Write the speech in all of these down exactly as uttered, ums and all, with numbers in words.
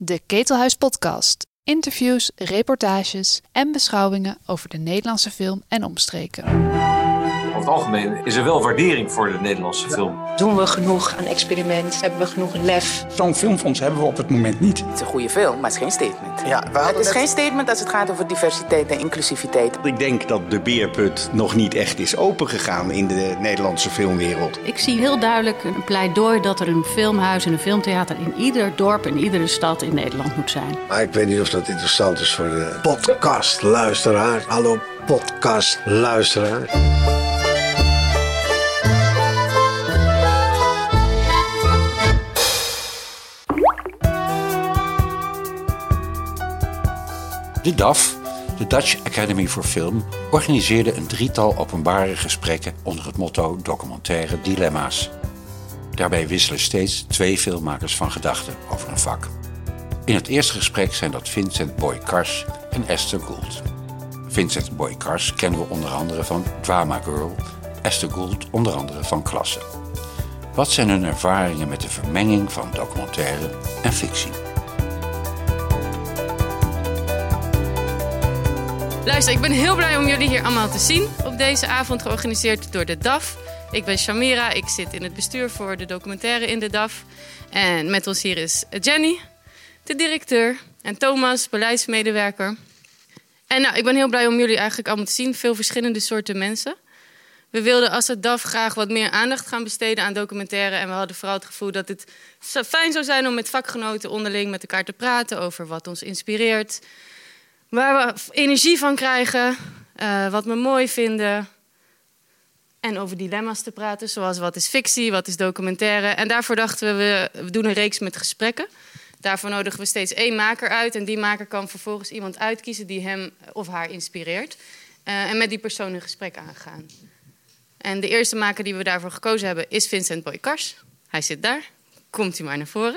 De Ketelhuis Podcast. Interviews, reportages en beschouwingen over de Nederlandse film en omstreken. Over het algemeen is er wel waardering voor de Nederlandse film. Doen we genoeg aan experiment? Hebben we genoeg lef? Zo'n filmfonds hebben we op het moment niet. Het is een goede film, maar het is geen statement. Ja, we het is net... geen statement als het gaat over diversiteit en inclusiviteit. Ik denk dat de beerput nog niet echt is opengegaan in de Nederlandse filmwereld. Ik zie heel duidelijk een pleidooi dat er een filmhuis en een filmtheater in ieder dorp, in iedere stad in Nederland moet zijn. Maar ik weet niet of dat interessant is voor de podcastluisteraar. Hallo podcastluisteraar. De D A F, de Dutch Academy for Film, organiseerde een drietal openbare gesprekken onder het motto Documentaire Dilemma's. Daarbij wisselen steeds twee filmmakers van gedachten over een vak. In het eerste gesprek zijn dat Vincent Boy Kars en Esther Gould. Vincent Boy Kars kennen we onder andere van Drama Girl, Esther Gould onder andere van Klasse. Wat zijn hun ervaringen met de vermenging van documentaire en fictie? Luister, ik ben heel blij om jullie hier allemaal te zien op deze avond georganiseerd door de D A F. Ik ben Shamira, ik zit in het bestuur voor de documentaire in de D A F. En met ons hier is Jenny, de directeur, en Thomas, beleidsmedewerker. En nou, ik ben heel blij om jullie eigenlijk allemaal te zien, veel verschillende soorten mensen. We wilden als het D A F graag wat meer aandacht gaan besteden aan documentaire. En we hadden vooral het gevoel dat het fijn zou zijn om met vakgenoten onderling met elkaar te praten over wat ons inspireert. Waar we energie van krijgen, uh, wat we mooi vinden. En over dilemma's te praten, zoals wat is fictie, wat is documentaire. En daarvoor dachten we, we, we doen een reeks met gesprekken. Daarvoor nodigen we steeds één maker uit. En die maker kan vervolgens iemand uitkiezen die hem of haar inspireert. Uh, en met die persoon een gesprek aangaan. En de eerste maker die we daarvoor gekozen hebben is Vincent Boy Kars. Hij zit daar. Komt u maar naar voren.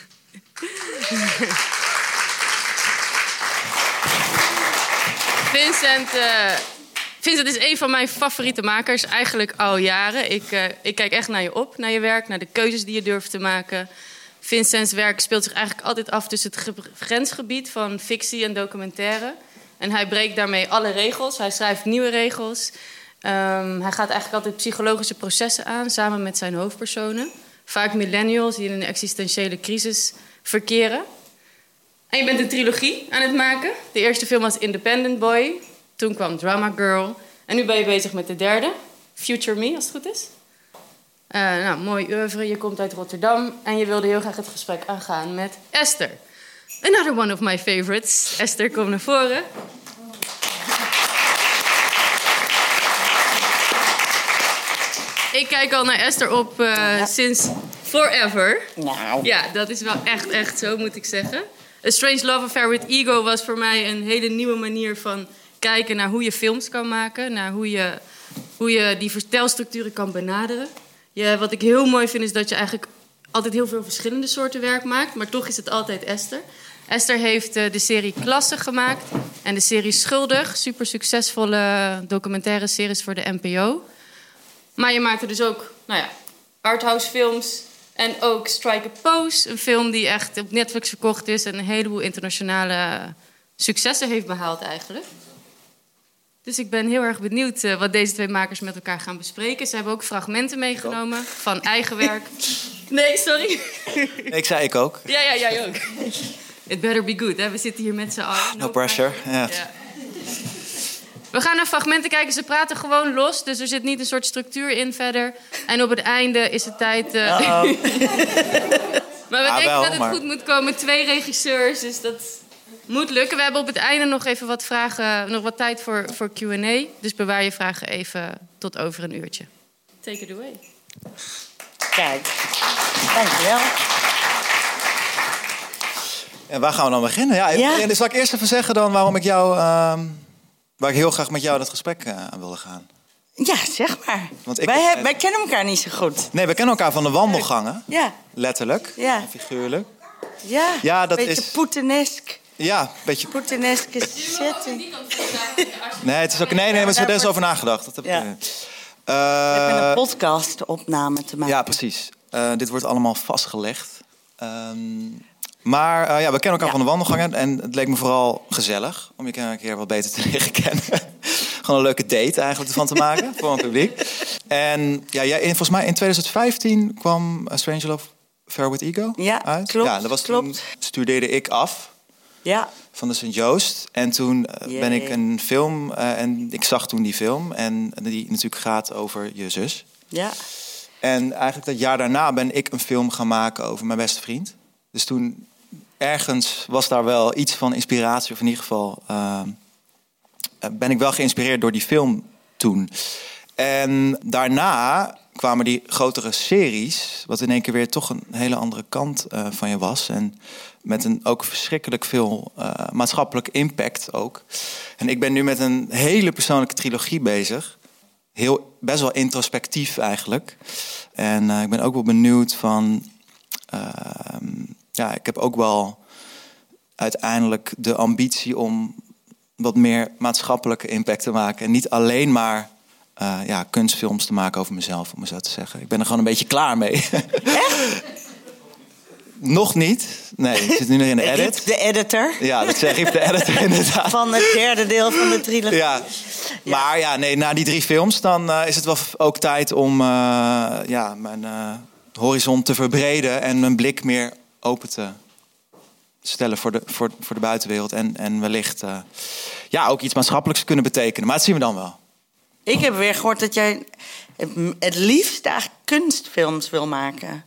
Vincent, uh, Vincent is een van mijn favoriete makers, eigenlijk al jaren. Ik, uh, ik kijk echt naar je op, naar je werk, naar de keuzes die je durft te maken. Vincents werk speelt zich eigenlijk altijd af tussen het grensgebied van fictie en documentaire. En hij breekt daarmee alle regels, hij schrijft nieuwe regels. Um, hij gaat eigenlijk altijd psychologische processen aan, samen met zijn hoofdpersonen. Vaak millennials die in een existentiële crisis verkeren. En je bent een trilogie aan het maken. De eerste film was Independent Boy. Toen kwam Drama Girl. En nu ben je bezig met de derde. Future Me, als het goed is. Uh, nou, mooi oeuvre. Je komt uit Rotterdam. En je wilde heel graag het gesprek aangaan met Esther. Another one of my favorites. Esther, kom naar voren. Ik kijk al naar Esther op uh, ja. sinds forever. Nou. Ja, dat is wel echt, echt zo, moet ik zeggen. A Strange Love Affair with Ego was voor mij een hele nieuwe manier van kijken naar hoe je films kan maken. Naar hoe je, hoe je die vertelstructuren kan benaderen. Je, wat ik heel mooi vind is dat je eigenlijk altijd heel veel verschillende soorten werk maakt. Maar toch is het altijd Esther. Esther heeft uh, de serie Klasse gemaakt. En de serie Schuldig. Super succesvolle documentaire series voor de N P O. Maar je maakte dus ook nou ja, arthouse films. En ook Strike a Pose, een film die echt op Netflix verkocht is en een heleboel internationale successen heeft behaald eigenlijk. Dus ik ben heel erg benieuwd uh, wat deze twee makers met elkaar gaan bespreken. Ze hebben ook fragmenten meegenomen van eigen werk. Nee, sorry. Ik zei ik ook. Ja, ja, jij ook. It better be good, hè? We zitten hier met z'n allen. No, no pressure. Yeah. Ja. We gaan naar fragmenten kijken. Ze praten gewoon los, dus er zit niet een soort structuur in verder. En op het einde is het tijd... Uh... maar we ah, denken wel, dat het maar... goed moet komen. Twee regisseurs, dus dat moet lukken. We hebben op het einde nog even wat vragen, nog wat tijd voor, voor Q en A. Dus bewaar je vragen even tot over een uurtje. Take it away. Kijk, dankjewel. En waar gaan we dan beginnen? Ja, ja. En, zal ik eerst even zeggen dan waarom ik jou... Uh... waar ik heel graag met jou dat gesprek uh, aan wilde gaan. Ja, zeg maar. Want ik, wij, heb, wij kennen elkaar niet zo goed. Nee, we kennen elkaar van de wandelgangen. Ja. Letterlijk. Ja. En figuurlijk. Ja, ja dat beetje is... Poetenesk. Ja, een beetje... Poeteneske setting. Nee, het is ook... nee, nee, maar ze hebben er eens over nagedacht. Dat heb ja. ik... Uh, je hebt met een podcast-opname te maken. Ja, precies. Uh, dit wordt allemaal vastgelegd. Um, Maar uh, ja, we kennen elkaar ja. van de wandelgangen. En het leek me vooral gezellig om je een keer wat beter te leren kennen. Gewoon een leuke date eigenlijk ervan te maken voor een publiek. En ja, jij, volgens mij in twintig vijftien kwam A Strange Love Affair with Ego ja, uit. Klopt, ja, dat was klopt. Toen studeerde ik af ja. van de Sint-Joost. En toen uh, ben ik een film... Uh, en ik zag toen die film. En die natuurlijk gaat over je zus. Ja. En eigenlijk dat jaar daarna ben ik een film gaan maken over mijn beste vriend. Dus toen ergens was daar wel iets van inspiratie. Of in ieder geval uh, ben ik wel geïnspireerd door die film toen. En daarna kwamen die grotere series, wat in één keer weer toch een hele andere kant uh, van je was. En met een ook verschrikkelijk veel uh, maatschappelijk impact ook. En ik ben nu met een hele persoonlijke trilogie bezig. Heel, best wel introspectief eigenlijk. En uh, ik ben ook wel benieuwd van... Uh, ja, ik heb ook wel uiteindelijk de ambitie om wat meer maatschappelijke impact te maken. En niet alleen maar... Uh, ja, kunstfilms te maken over mezelf, om het zo te zeggen. Ik ben er gewoon een beetje klaar mee. Echt? Nog niet. Nee, ik zit nu nog in de edit. De editor. Ja, dat zeg ik, de editor inderdaad. Van het derde deel van de trilogie. Ja. ja. Maar ja, nee, na die drie films... dan uh, is het wel ook tijd om uh, ja, mijn uh, horizon te verbreden... en mijn blik meer open te stellen voor de, voor, voor de buitenwereld. En, en wellicht uh, ja, ook iets maatschappelijks kunnen betekenen. Maar dat zien we dan wel. Ik heb weer gehoord dat jij het liefst eigenlijk kunstfilms wil maken.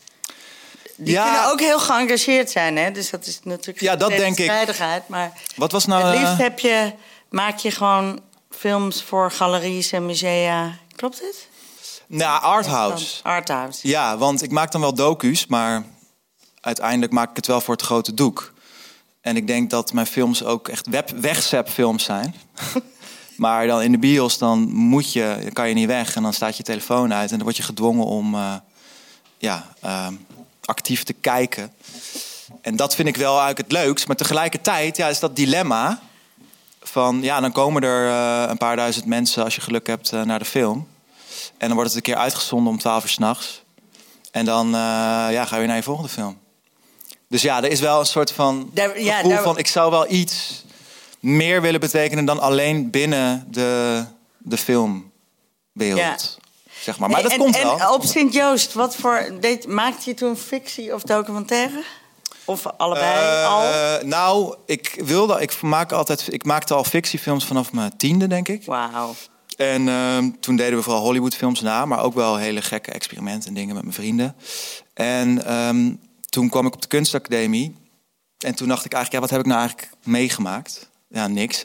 Die ja. kunnen ook heel geëngageerd zijn, hè? Dus dat is natuurlijk ja, dat denk strijdigheid. Maar wat was nou, het liefst uh... heb je, maak je gewoon films voor galeries en musea. Klopt het? Nou, arthouse. Arthouse. Ja, want ik maak dan wel docu's, maar uiteindelijk maak ik het wel voor het grote doek. En ik denk dat mijn films ook echt web- wegzapfilms zijn. Maar dan in de bios, dan moet je, dan kan je niet weg. En dan staat je telefoon uit en dan word je gedwongen om uh, ja, uh, actief te kijken. En dat vind ik wel eigenlijk het leukst. Maar tegelijkertijd ja, is dat dilemma van... ja, dan komen er uh, een paar duizend mensen, als je geluk hebt, uh, naar de film. En dan wordt het een keer uitgezonden om twaalf uur 's nachts. En dan uh, ja, ga je weer naar je volgende film. Dus ja, er is wel een soort van daar, ja, gevoel daar... van... ik zou wel iets... meer willen betekenen dan alleen binnen de, de filmwereld. Ja. Zeg maar. Maar hey, dat en, komt en wel. En op Sint-Joost, wat voor deed, maakte je toen fictie of documentaire? Of allebei uh, al? Nou, ik wilde, ik maak altijd, ik maakte al fictiefilms vanaf mijn tiende, denk ik. Wauw. En uh, toen deden we vooral Hollywoodfilms na, maar ook wel hele gekke experimenten en dingen met mijn vrienden. En um, toen kwam ik op de kunstacademie. En toen dacht ik eigenlijk, ja, wat heb ik nou eigenlijk meegemaakt? Ja, niks.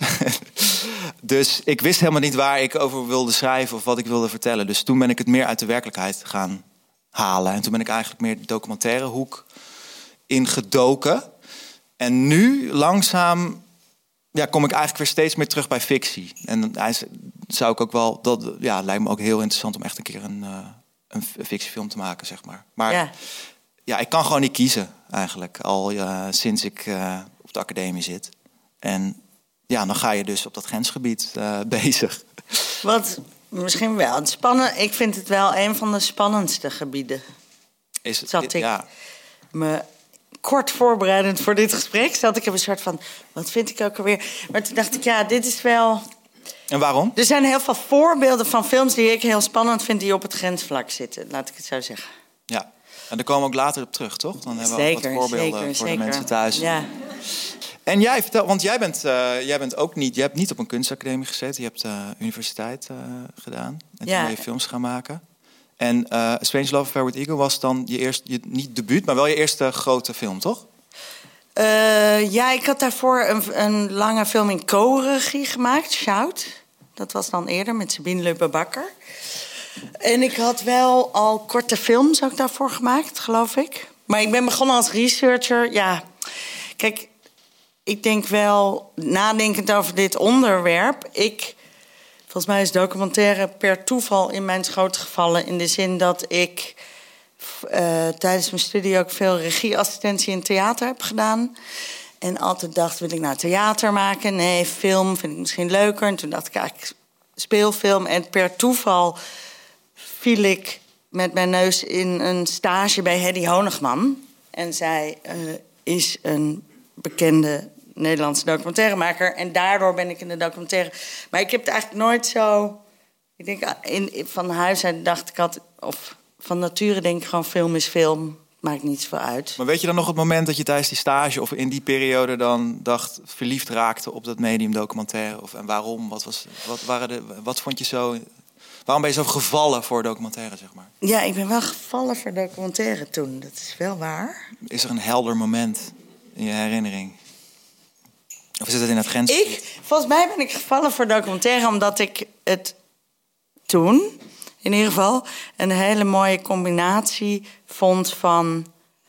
Dus ik wist helemaal niet waar ik over wilde schrijven of wat ik wilde vertellen. Dus toen ben ik het meer uit de werkelijkheid gaan halen. En toen ben ik eigenlijk meer de documentaire hoek ingedoken. En nu langzaam ja, kom ik eigenlijk weer steeds meer terug bij fictie. En dan zou ik ook wel, dat ja, lijkt me ook heel interessant om echt een keer een, uh, een fictiefilm te maken, zeg maar. Maar ja, ja ik kan gewoon niet kiezen eigenlijk. Al uh, sinds ik uh, op de academie zit. En ja, dan ga je dus op dat grensgebied uh, bezig. Wat misschien wel het spannend. Ik vind het wel een van de spannendste gebieden. Is het? Zat ik ja. me kort voorbereidend voor dit gesprek zat ik heb een soort van, wat vind ik ook alweer? Maar toen dacht ik, ja, dit is wel. En waarom? Er zijn heel veel voorbeelden van films die ik heel spannend vind die op het grensvlak zitten. Laat ik het zo zeggen. Ja, en daar komen we ook later op terug, toch? Dan hebben we zeker, ook wat voorbeelden zeker, voor zeker. de mensen thuis. Ja. En jij vertel, want jij bent, uh, jij bent ook niet, je hebt niet op een kunstacademie gezeten. Je hebt uh, universiteit uh, gedaan en ja. toen ben je films gaan maken. En uh, A Strange Love Affair with Ego was dan je eerste, je, niet debuut, maar wel je eerste grote film, toch? Uh, ja, ik had daarvoor een, een lange film in co-regie gemaakt, Shout. Dat was dan eerder met Sabine Lubbe-Bakker. En ik had wel al korte films ook daarvoor gemaakt, geloof ik. Maar ik ben begonnen als researcher. Ja, kijk, ik denk wel, nadenkend over dit onderwerp. Ik, volgens mij is documentaire per toeval in mijn schoot gevallen. In de zin dat ik uh, tijdens mijn studie ook veel regieassistentie in theater heb gedaan. En altijd dacht, wil ik nou theater maken? Nee, film vind ik misschien leuker. En toen dacht ik eigenlijk speelfilm. En per toeval viel ik met mijn neus in een stage bij Hedy Honigman. En zei, uh, is een bekende Nederlandse documentairemaker. En daardoor ben ik in de documentaire. Maar ik heb het eigenlijk nooit zo. Ik denk, in, van huis uit dacht ik altijd. Of van nature denk ik gewoon: film is film. Maakt niet zoveel uit. Maar weet je dan nog het moment dat je tijdens die stage of in die periode dan dacht verliefd raakte op dat medium documentaire? Of en waarom? Wat was, wat waren de, wat vond je zo? Waarom ben je zo gevallen voor documentaire, zeg maar? Ja, ik ben wel gevallen voor documentaire toen. Dat is wel waar. Is er een helder moment in je herinnering? Of zit het in het grens? Ik, volgens mij ben ik gevallen voor documentaire omdat ik het toen, in ieder geval, een hele mooie combinatie vond van.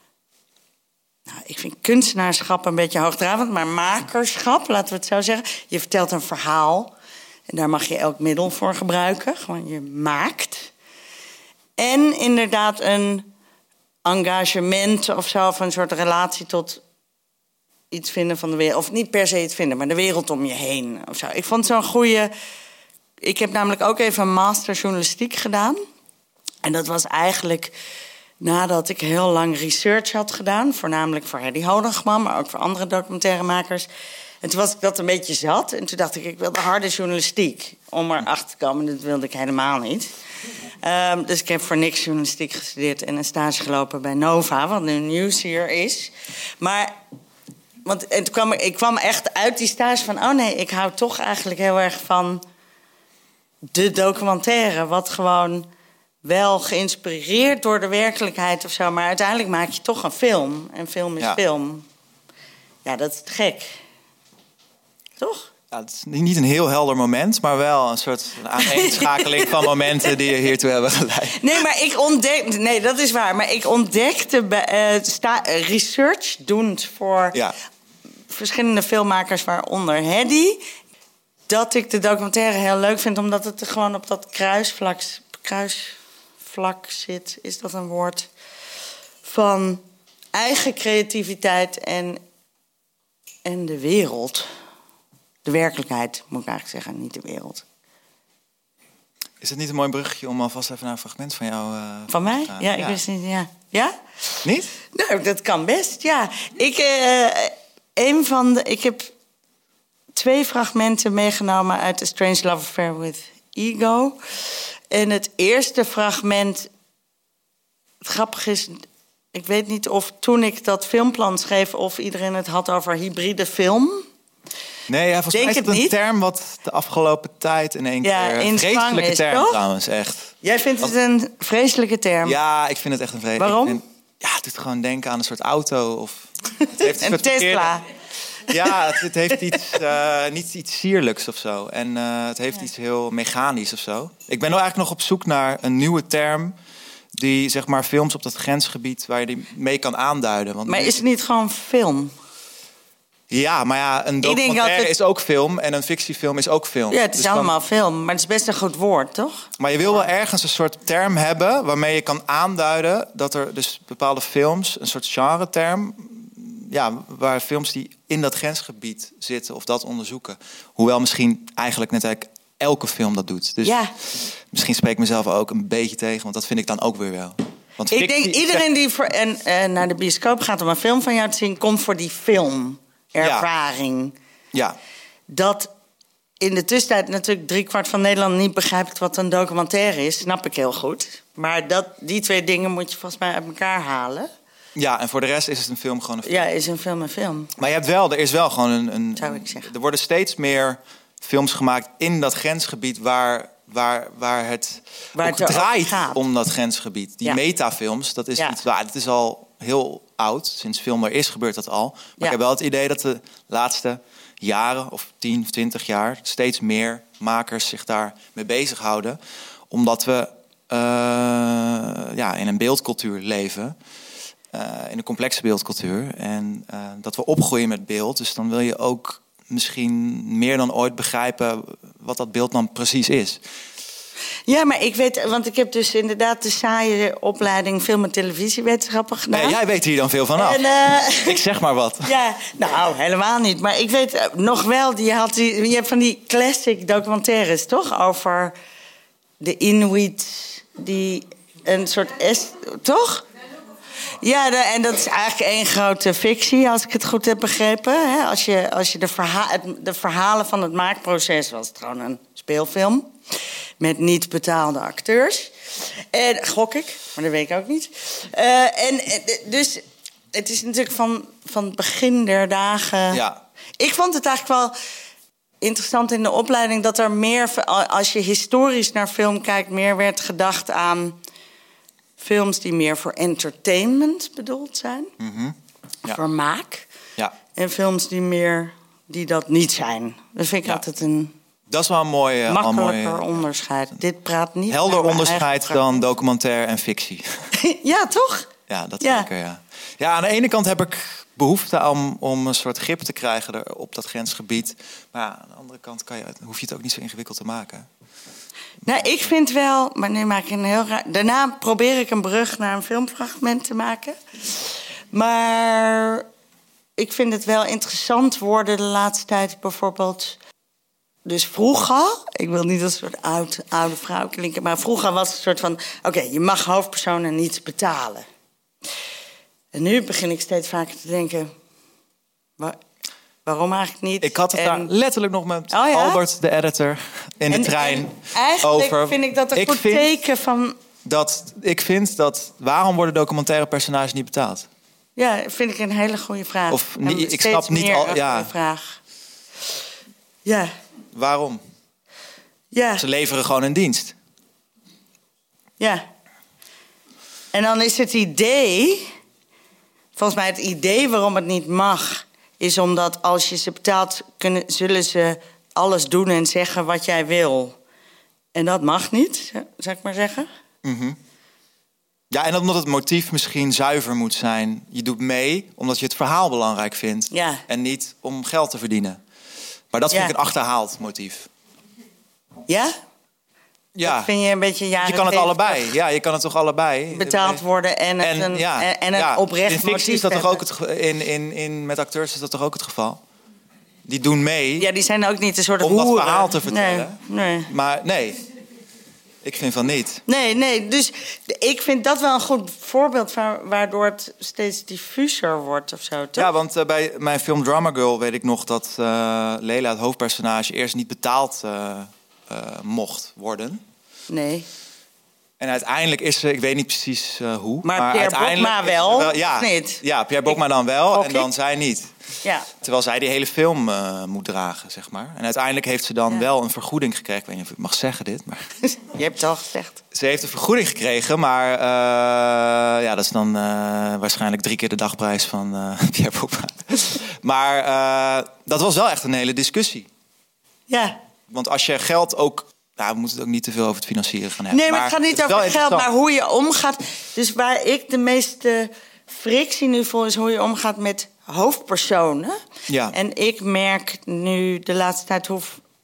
Nou, ik vind kunstenaarschap een beetje hoogdravend, maar makerschap, laten we het zo zeggen. Je vertelt een verhaal en daar mag je elk middel voor gebruiken. Gewoon je maakt. En inderdaad een engagement of zo, of een soort relatie tot iets vinden van de wereld. Of niet per se iets vinden, maar de wereld om je heen of zo. Ik vond zo'n goede. Ik heb namelijk ook even een master journalistiek gedaan. En dat was eigenlijk nadat ik heel lang research had gedaan. Voornamelijk voor Hedy Hodegman, maar ook voor andere documentairemakers. En toen was ik dat een beetje zat. En toen dacht ik, ik wilde harde journalistiek. Om erachter te komen, dat wilde ik helemaal niet. Um, dus ik heb voor niks journalistiek gestudeerd en een stage gelopen bij Nova, wat nu Nieuwsuur is. Maar want, en toen kwam ik, ik kwam echt uit die stage van, oh nee, ik hou toch eigenlijk heel erg van de documentaire. Wat gewoon wel geïnspireerd door de werkelijkheid of zo. Maar uiteindelijk maak je toch een film. En film is ja. film. Ja, dat is te gek. Toch? Ja, het is niet een heel helder moment, maar wel een soort aaneenschakeling van momenten die je hiertoe hebben geleid. Nee, maar ik ontdekte. Nee, dat is waar. Maar ik ontdekte bij, uh, sta, uh, research doend voor ja. verschillende filmmakers, waaronder Hedy, dat ik de documentaire heel leuk vind, omdat het gewoon op dat kruisvlak, kruisvlak zit. Is dat een woord? Van eigen creativiteit en, en de wereld. De werkelijkheid, moet ik eigenlijk zeggen, niet de wereld. Is het niet een mooi bruggetje om alvast even naar een fragment van jou uh, van mij? te gaan? Ja, ik ja. wist niet. Ja? Ja? Niet? Nou, dat kan best, ja. Ik, uh, een van de, ik heb twee fragmenten meegenomen uit The Strange Love Affair with Ego. En het eerste fragment, het grappige is, ik weet niet of toen ik dat filmplan schreef of iedereen het had over hybride film. Nee, ja, volgens mij is het een niet. term wat de afgelopen tijd in één ja, keer... Een vreselijke is, term toch? trouwens, echt. Jij vindt wat, het een vreselijke term? Ja, ik vind het echt een vreselijke Waarom? Vind, ja, het doet gewoon denken aan een soort auto. Of, het heeft een Tesla. Verkeerde, ja, het, het heeft iets, uh, niet iets sierlijks of zo. En uh, het heeft ja. iets heel mechanisch of zo. Ik ben nou eigenlijk nog op zoek naar een nieuwe term die, zeg maar, films op dat grensgebied waar je die mee kan aanduiden. Want maar is het niet gewoon film? Ja, maar ja, een documentaire het... is ook film en een fictiefilm is ook film. Ja, het is dus allemaal kan... film, maar het is best een goed woord, toch? Maar je wil wel ergens een soort term hebben waarmee je kan aanduiden dat er dus bepaalde films, een soort genre-term, ja, waar films die in dat grensgebied zitten of dat onderzoeken. Hoewel misschien eigenlijk net eigenlijk elke film dat doet. Dus ja. misschien spreek ik mezelf ook een beetje tegen, want dat vind ik dan ook weer wel. Want ik denk iedereen die voor, en, uh, naar de bioscoop gaat om een film van jou te zien, komt voor die film. Ervaring. Ja. ja. Dat in de tussentijd natuurlijk driekwart van Nederland niet begrijpt wat een documentaire is, snap ik heel goed. Maar dat, die twee dingen moet je volgens mij uit elkaar halen. Ja, en voor de rest is het een film gewoon een film. Ja, is een film een film. Maar je hebt wel, er is wel gewoon een... een Zou ik zeggen. Er worden steeds meer films gemaakt in dat grensgebied waar, waar, waar het, waar het ook draait gaat. om dat grensgebied. Die ja. metafilms, dat is ja. iets waar... Het is al heel oud, sinds film er is gebeurt dat al. Maar ja. ik heb wel het idee dat de laatste jaren of tien of twintig jaar steeds meer makers zich daar mee bezighouden. Omdat we uh, ja, in een beeldcultuur leven. Uh, in een complexe beeldcultuur. En uh, dat we opgroeien met beeld. Dus dan wil je ook misschien meer dan ooit begrijpen wat dat beeld dan precies is. Ja, maar ik weet, want ik heb dus inderdaad de saaie opleiding film- en televisiewetenschappen gedaan. Nee, jij weet hier dan veel van af. En, uh, ik zeg maar wat. Ja, nou, helemaal niet. Maar ik weet uh, nog wel, die had die, je hebt van die classic documentaires, toch? Over de Inuit, die een soort... Est, toch? Ja, de, en dat is eigenlijk één grote fictie, als ik het goed heb begrepen. Hè? Als je, als je de, verha- het, de verhalen van het maakproces was het gewoon een speelfilm. Met niet betaalde acteurs. En gok ik, maar dat weet ik ook niet. Uh, en dus het is natuurlijk van, van het begin der dagen... Ja. Ik vond het eigenlijk wel interessant in de opleiding... dat er meer, als je historisch naar film kijkt... meer werd gedacht aan films die meer voor entertainment bedoeld zijn. Mm-hmm. Ja. Vermaak. Ja. En films die meer die dat niet zijn. Dat vind ik Ja. altijd een Dat is wel een mooi... Uh, makkelijker mooi, uh, onderscheid. Dit praat niet... helder naar mijn onderscheid eigen dan documentaire en fictie. Ja, toch? Ja, dat Ja. zeker, ja. Ja, aan de ene kant heb ik behoefte om, om een soort grip te krijgen er op dat grensgebied. Maar ja, aan de andere kant kan je, hoef je het ook niet zo ingewikkeld te maken. Nou, ik vind wel... Maar nu maak ik een heel raar... Daarna probeer ik een brug naar een filmfragment te maken. Maar ik vind het wel interessant worden de laatste tijd bijvoorbeeld... Dus vroeger, ik wil niet als een soort oud, oude vrouw klinken... maar vroeger was het een soort van... Oké, okay, je mag hoofdpersonen niet betalen. En nu begin ik steeds vaker te denken... Waar, waarom eigenlijk niet? Ik had het en, daar letterlijk nog met oh ja? Albert, de editor, in de en, trein en eigenlijk over... vind ik dat een ik goed vind teken van... Dat, ik vind dat... Waarom worden documentaire personages niet betaald? Ja, vind ik een hele goede vraag. Of En niet, ik steeds snap niet meer al... een Ja, goede vraag. Ja. waarom? Ja. Ze leveren gewoon een dienst. Ja. En dan is het idee... Volgens mij het idee waarom het niet mag... is omdat als je ze betaalt... Kunnen, zullen ze alles doen en zeggen wat jij wil. En dat mag niet, zou ik maar zeggen. Mm-hmm. Ja, en omdat het motief misschien zuiver moet zijn. Je doet mee omdat je het verhaal belangrijk vindt. Ja. En niet om geld te verdienen. Maar dat vind Ja. ik een achterhaald motief. Ja? Ja. Dat vind je een beetje jaren Je kan het zeventig allebei. Ja, je kan het toch allebei. betaald worden en, het En, een, ja, en, en een ja. oprecht in fictie motief is dat toch hebben. ook het ge- in, in, in Met acteurs is dat toch ook het geval? Die doen mee. Ja, die zijn ook niet een soort om dat hoeren. verhaal te vertellen. Nee, nee. Maar nee, ik vind van niet. Nee, nee, dus ik vind dat wel een goed voorbeeld... Van, waardoor het steeds diffuser wordt of zo, toch? Ja, want uh, bij mijn film Drama Girl weet ik nog dat uh, Lela, het hoofdpersonage, eerst niet betaald uh, uh, mocht worden. Nee. En uiteindelijk is ze, ik weet niet precies uh, hoe. Maar, maar Pierre Bokma wel, wel ja, of niet? Ja, Pierre Bokma dan wel Gok en dan ik. zij niet. Ja. Terwijl zij die hele film uh, moet dragen, zeg maar. En uiteindelijk heeft ze dan Ja. wel een vergoeding gekregen. Ik weet niet of ik mag zeggen dit, maar... Je hebt het al gezegd. Ze heeft een vergoeding gekregen, maar uh, ja, dat is dan uh, waarschijnlijk drie keer de dagprijs van uh, Pierre Bokma. Maar uh, dat was wel echt een hele discussie. Ja. Want als je geld ook... Nou, we moeten het ook niet te veel over het financieren gaan hebben. Nee, maar het gaat niet is wel over geld, maar interessant. hoe je omgaat. Dus waar ik de meeste frictie nu voel... is hoe je omgaat met hoofdpersonen. Ja. En ik merk nu de laatste tijd... hoe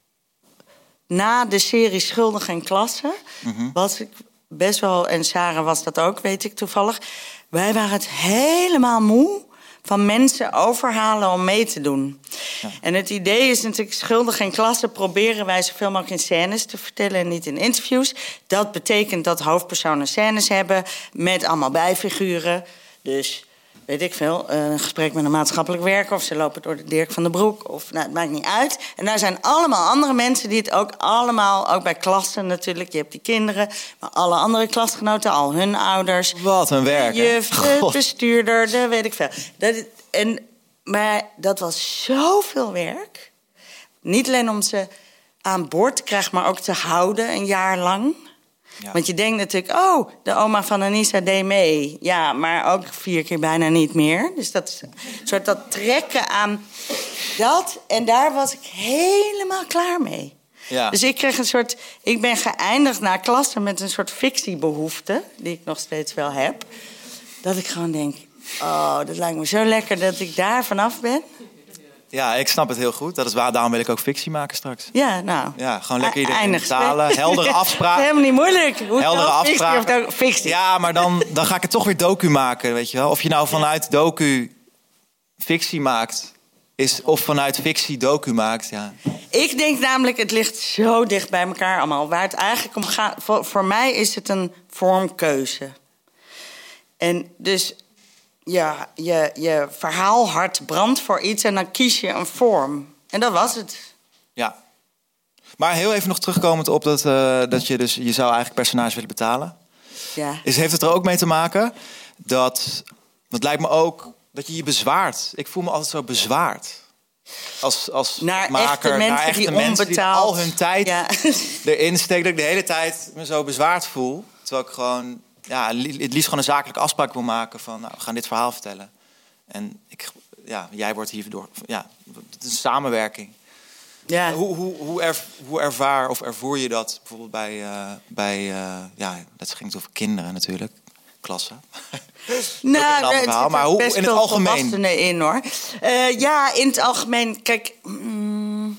na de serie Schuldig en Klasse... Mhm. was ik best wel... en Sarah was dat ook, weet ik toevallig... wij waren het helemaal moe... van mensen overhalen om mee te doen. Ja. En het idee is natuurlijk... Schuldig en Klasse proberen wij zoveel mogelijk in scènes te vertellen... en niet in interviews. Dat betekent dat hoofdpersonen scènes hebben... met allemaal bijfiguren. Dus, weet ik veel, een gesprek met een maatschappelijk werker... of ze lopen door de Dirk van den Broek, of nou, het maakt niet uit. En daar zijn allemaal andere mensen die het ook allemaal... ook bij klassen natuurlijk, je hebt die kinderen... maar alle andere klasgenoten, al hun ouders... Wat een werk, de hè? juf, de God. bestuurder, de weet ik veel. Dat, en, maar dat was zoveel werk. Niet alleen om ze aan boord te krijgen... maar ook te houden een jaar lang... Ja. Want je denkt natuurlijk, oh, de oma van Anissa deed mee. Ja, maar ook vier keer bijna niet meer. Dus dat is een soort dat trekken aan dat. En daar was ik helemaal klaar mee. Ja. Dus ik kreeg een soort... Ik ben geëindigd na klasse met een soort fictiebehoefte... die ik nog steeds wel heb. Dat ik gewoon denk, oh, dat lijkt me zo lekker dat ik daar vanaf ben. Ja, ik snap het heel goed. Dat is waar, daarom wil ik ook fictie maken straks. Ja, nou. Ja, gewoon lekker iedereen Eindig betalen. Heldere afspraken. Helemaal niet moeilijk. Hoe Heldere dan? Fictie afspraken. of fictie? Ja, maar dan, dan ga ik het toch weer docu maken, weet je wel. Of je nou vanuit docu fictie maakt... Is, of vanuit fictie docu maakt, ja. Ik denk namelijk, het ligt zo dicht bij elkaar allemaal. Waar het eigenlijk om gaat... Voor, voor mij is het een vormkeuze. En dus ja, je, je verhaalhart brandt voor iets en dan kies je een vorm. En dat was het. Ja. Maar heel even nog terugkomend op dat, uh, dat je dus... je zou eigenlijk personages willen betalen. Ja. Is, heeft het er ook mee te maken dat... dat lijkt me ook dat je je bezwaart. Ik voel me altijd zo bezwaard. Als, als naar maker, echte mensen naar echte die mensen die onbetaald... al hun tijd ja. erin steken. Dat ik de hele tijd me zo bezwaard voel. Terwijl ik gewoon... ja, het liefst gewoon een zakelijke afspraak wil maken van... nou, we gaan dit verhaal vertellen. En ik, ja, jij wordt hierdoor... ja, het is een samenwerking. Ja. Hoe, hoe, hoe, er, hoe ervaar of ervoer je dat bijvoorbeeld bij... Uh, bij uh, ja, dat ging het over kinderen natuurlijk. Klassen. Nou, het verhaal, maar hoe in het algemeen? In, hoor. Uh, ja, in het algemeen... Kijk... Mm,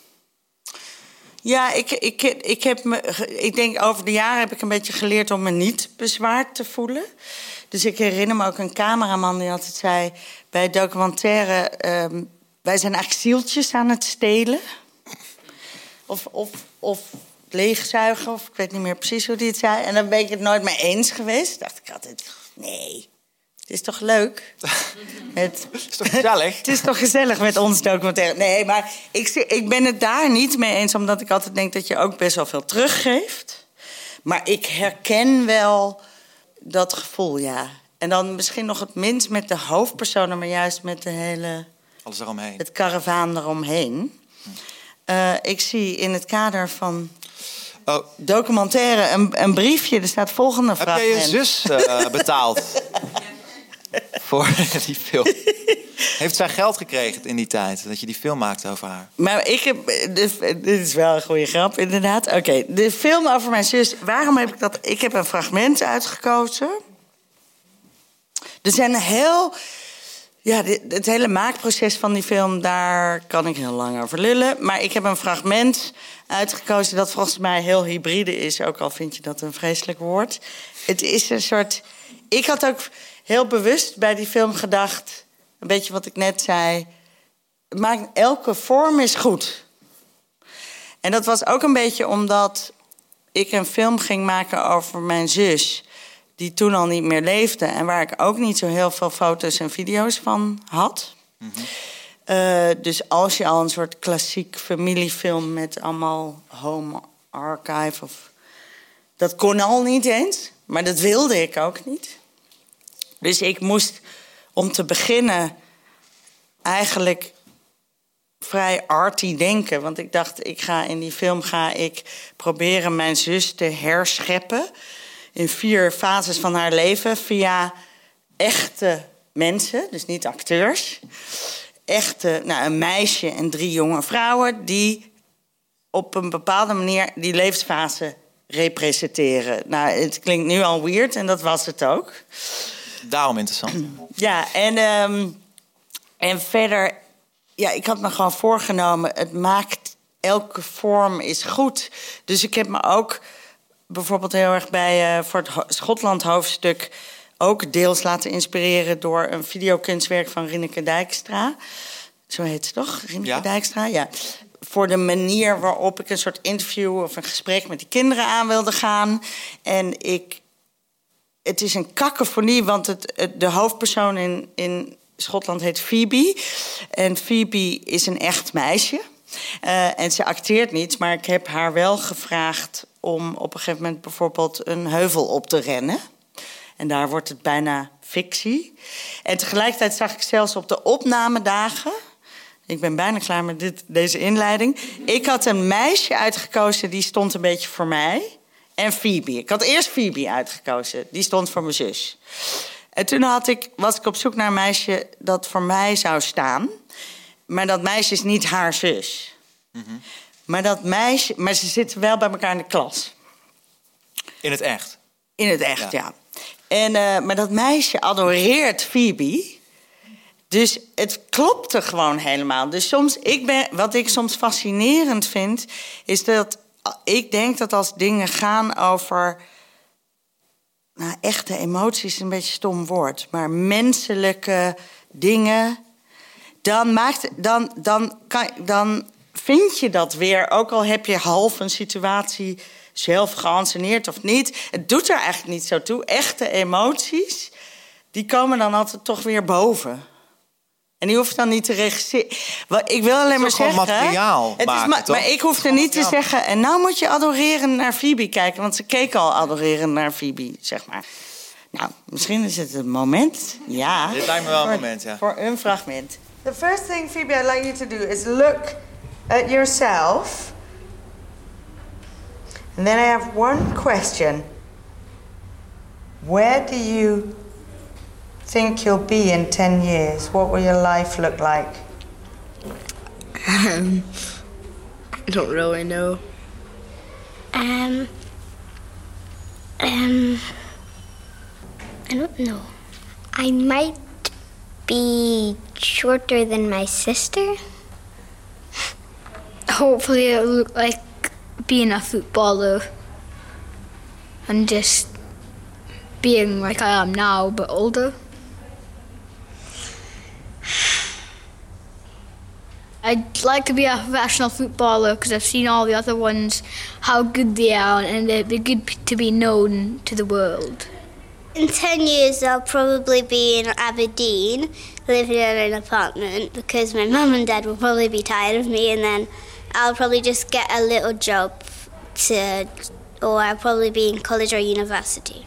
ja, ik, ik, ik heb me... Ik denk over de jaren heb ik een beetje geleerd om me niet bezwaard te voelen. Dus ik herinner me ook een cameraman die altijd zei... bij documentaire... Um, wij zijn eigenlijk zieltjes aan het stelen. Of, of, of leegzuigen, of ik weet niet meer precies hoe die het zei. En dan ben ik het nooit mee eens geweest. Dacht ik altijd, nee, het is toch leuk? Het is toch gezellig? Het is toch gezellig met ons documentaire. Nee, maar ik, ik ben het daar niet mee eens... omdat ik altijd denk dat je ook best wel veel teruggeeft. Maar ik herken wel dat gevoel, ja. En dan misschien nog het minst met de hoofdpersonen... maar juist met de hele... alles eromheen. Het karavaan eromheen. Hm. Uh, ik zie in het kader van oh. documentaire een, een briefje. Er staat volgende vraag. Heb jij je zus uh, betaald? Voor die film. Heeft zij geld gekregen in die tijd? Dat je die film maakte over haar? Maar ik heb... De, dit is wel een goede grap, inderdaad. Oké, okay, de film over mijn zus. Waarom heb ik dat... Ik heb een fragment uitgekozen. Er zijn heel... Ja, dit, het hele maakproces van die film, daar kan ik heel lang over lullen. Maar ik heb een fragment uitgekozen dat volgens mij heel hybride is. Ook al vind je dat een vreselijk woord. Het is een soort... Ik had ook heel bewust bij die film gedacht... een beetje wat ik net zei... maakt, elke vorm is goed. En dat was ook een beetje omdat ik een film ging maken over mijn zus... die toen al niet meer leefde... en waar ik ook niet zo heel veel foto's en video's van had. Mm-hmm. Uh, dus als je al een soort klassiek familiefilm... met allemaal home archive... Of, dat kon al niet eens, maar dat wilde ik ook niet. Dus ik moest om te beginnen... eigenlijk vrij arty denken. Want ik dacht, ik ga in die film ga ik proberen mijn zus te herscheppen... in vier fases van haar leven via echte mensen, dus niet acteurs. Echte, nou, een meisje en drie jonge vrouwen... die op een bepaalde manier die levensfase representeren. Nou, het klinkt nu al weird en dat was het ook. Daarom interessant. Ja, en, um, en verder... Ja, ik had me gewoon voorgenomen... het maakt, elke vorm is goed. Dus ik heb me ook... bijvoorbeeld heel erg bij uh, voor het Schotland hoofdstuk... ook deels laten inspireren door een videokunstwerk van Rieneke Dijkstra. Zo heet ze toch? Rieneke ja. Dijkstra, ja. Voor de manier waarop ik een soort interview... of een gesprek met die kinderen aan wilde gaan. En ik... Het is een kakofonie, want het, het, de hoofdpersoon in, in Schotland heet Phoebe. En Phoebe is een echt meisje. Uh, en ze acteert niet, maar ik heb haar wel gevraagd... om op een gegeven moment bijvoorbeeld een heuvel op te rennen. En daar wordt het bijna fictie. En tegelijkertijd zag ik zelfs op de opnamedagen... ik ben bijna klaar met dit, deze inleiding... ik had een meisje uitgekozen, die stond een beetje voor mij... en Phoebe. Ik had eerst Phoebe uitgekozen, die stond voor mijn zus. En toen had ik, was ik op zoek naar een meisje dat voor mij zou staan... maar dat meisje is niet haar zus... Mm-hmm. Maar dat meisje, maar ze zitten wel bij elkaar in de klas. In het echt? In het echt, ja. ja. En, uh, maar dat meisje adoreert Phoebe. Dus het klopte gewoon helemaal. Dus soms, ik ben, wat ik soms fascinerend vind... is dat ik denk dat als dingen gaan over... nou, echte emoties is een beetje een stom woord... maar menselijke dingen... dan maakt... dan, dan, kan, dan vind je dat weer, ook al heb je half een situatie zelf geanceneerd of niet. Het doet er eigenlijk niet zo toe. Echte emoties, die komen dan altijd toch weer boven. En die hoeft dan niet te regisseren. Ik wil alleen maar zeggen... materiaal het maken, is ma- toch? Maar ik hoef er niet te zeggen... en nou moet je adorerend naar Phoebe kijken. Want ze keken al adorerend naar Phoebe, zeg maar. Nou, misschien is het een moment. Ja. Dit lijkt me wel een voor, moment, ja. Voor een fragment. The first thing, Phoebe, I'd like you to do is look at yourself. And then I have one question. Where do you think you'll be in ten years? What will your life look like? Um, I don't really know. Um, um, I don't know. I might be shorter than my sister. Hopefully it'll look like being a footballer and just being like I am now, but older. I'd like to be a professional footballer because I've seen all the other ones, how good they are, and it'd be good to be known to the world. In ten years, I'll probably be in Aberdeen, living in an apartment, because my mum and dad will probably be tired of me, and then I'll probably just get a little job to, or I'll probably be in college or university.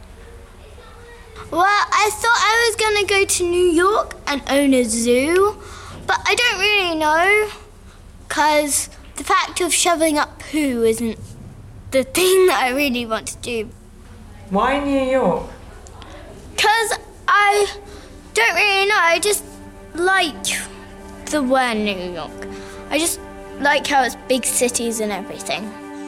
Well, I thought I was going to go to New York and own a zoo, but I don't really know, because the fact of shoveling up poo isn't the thing that I really want to do. Why New York? Because I don't really know, I just like the word New York. I just like how it's big cities and everything.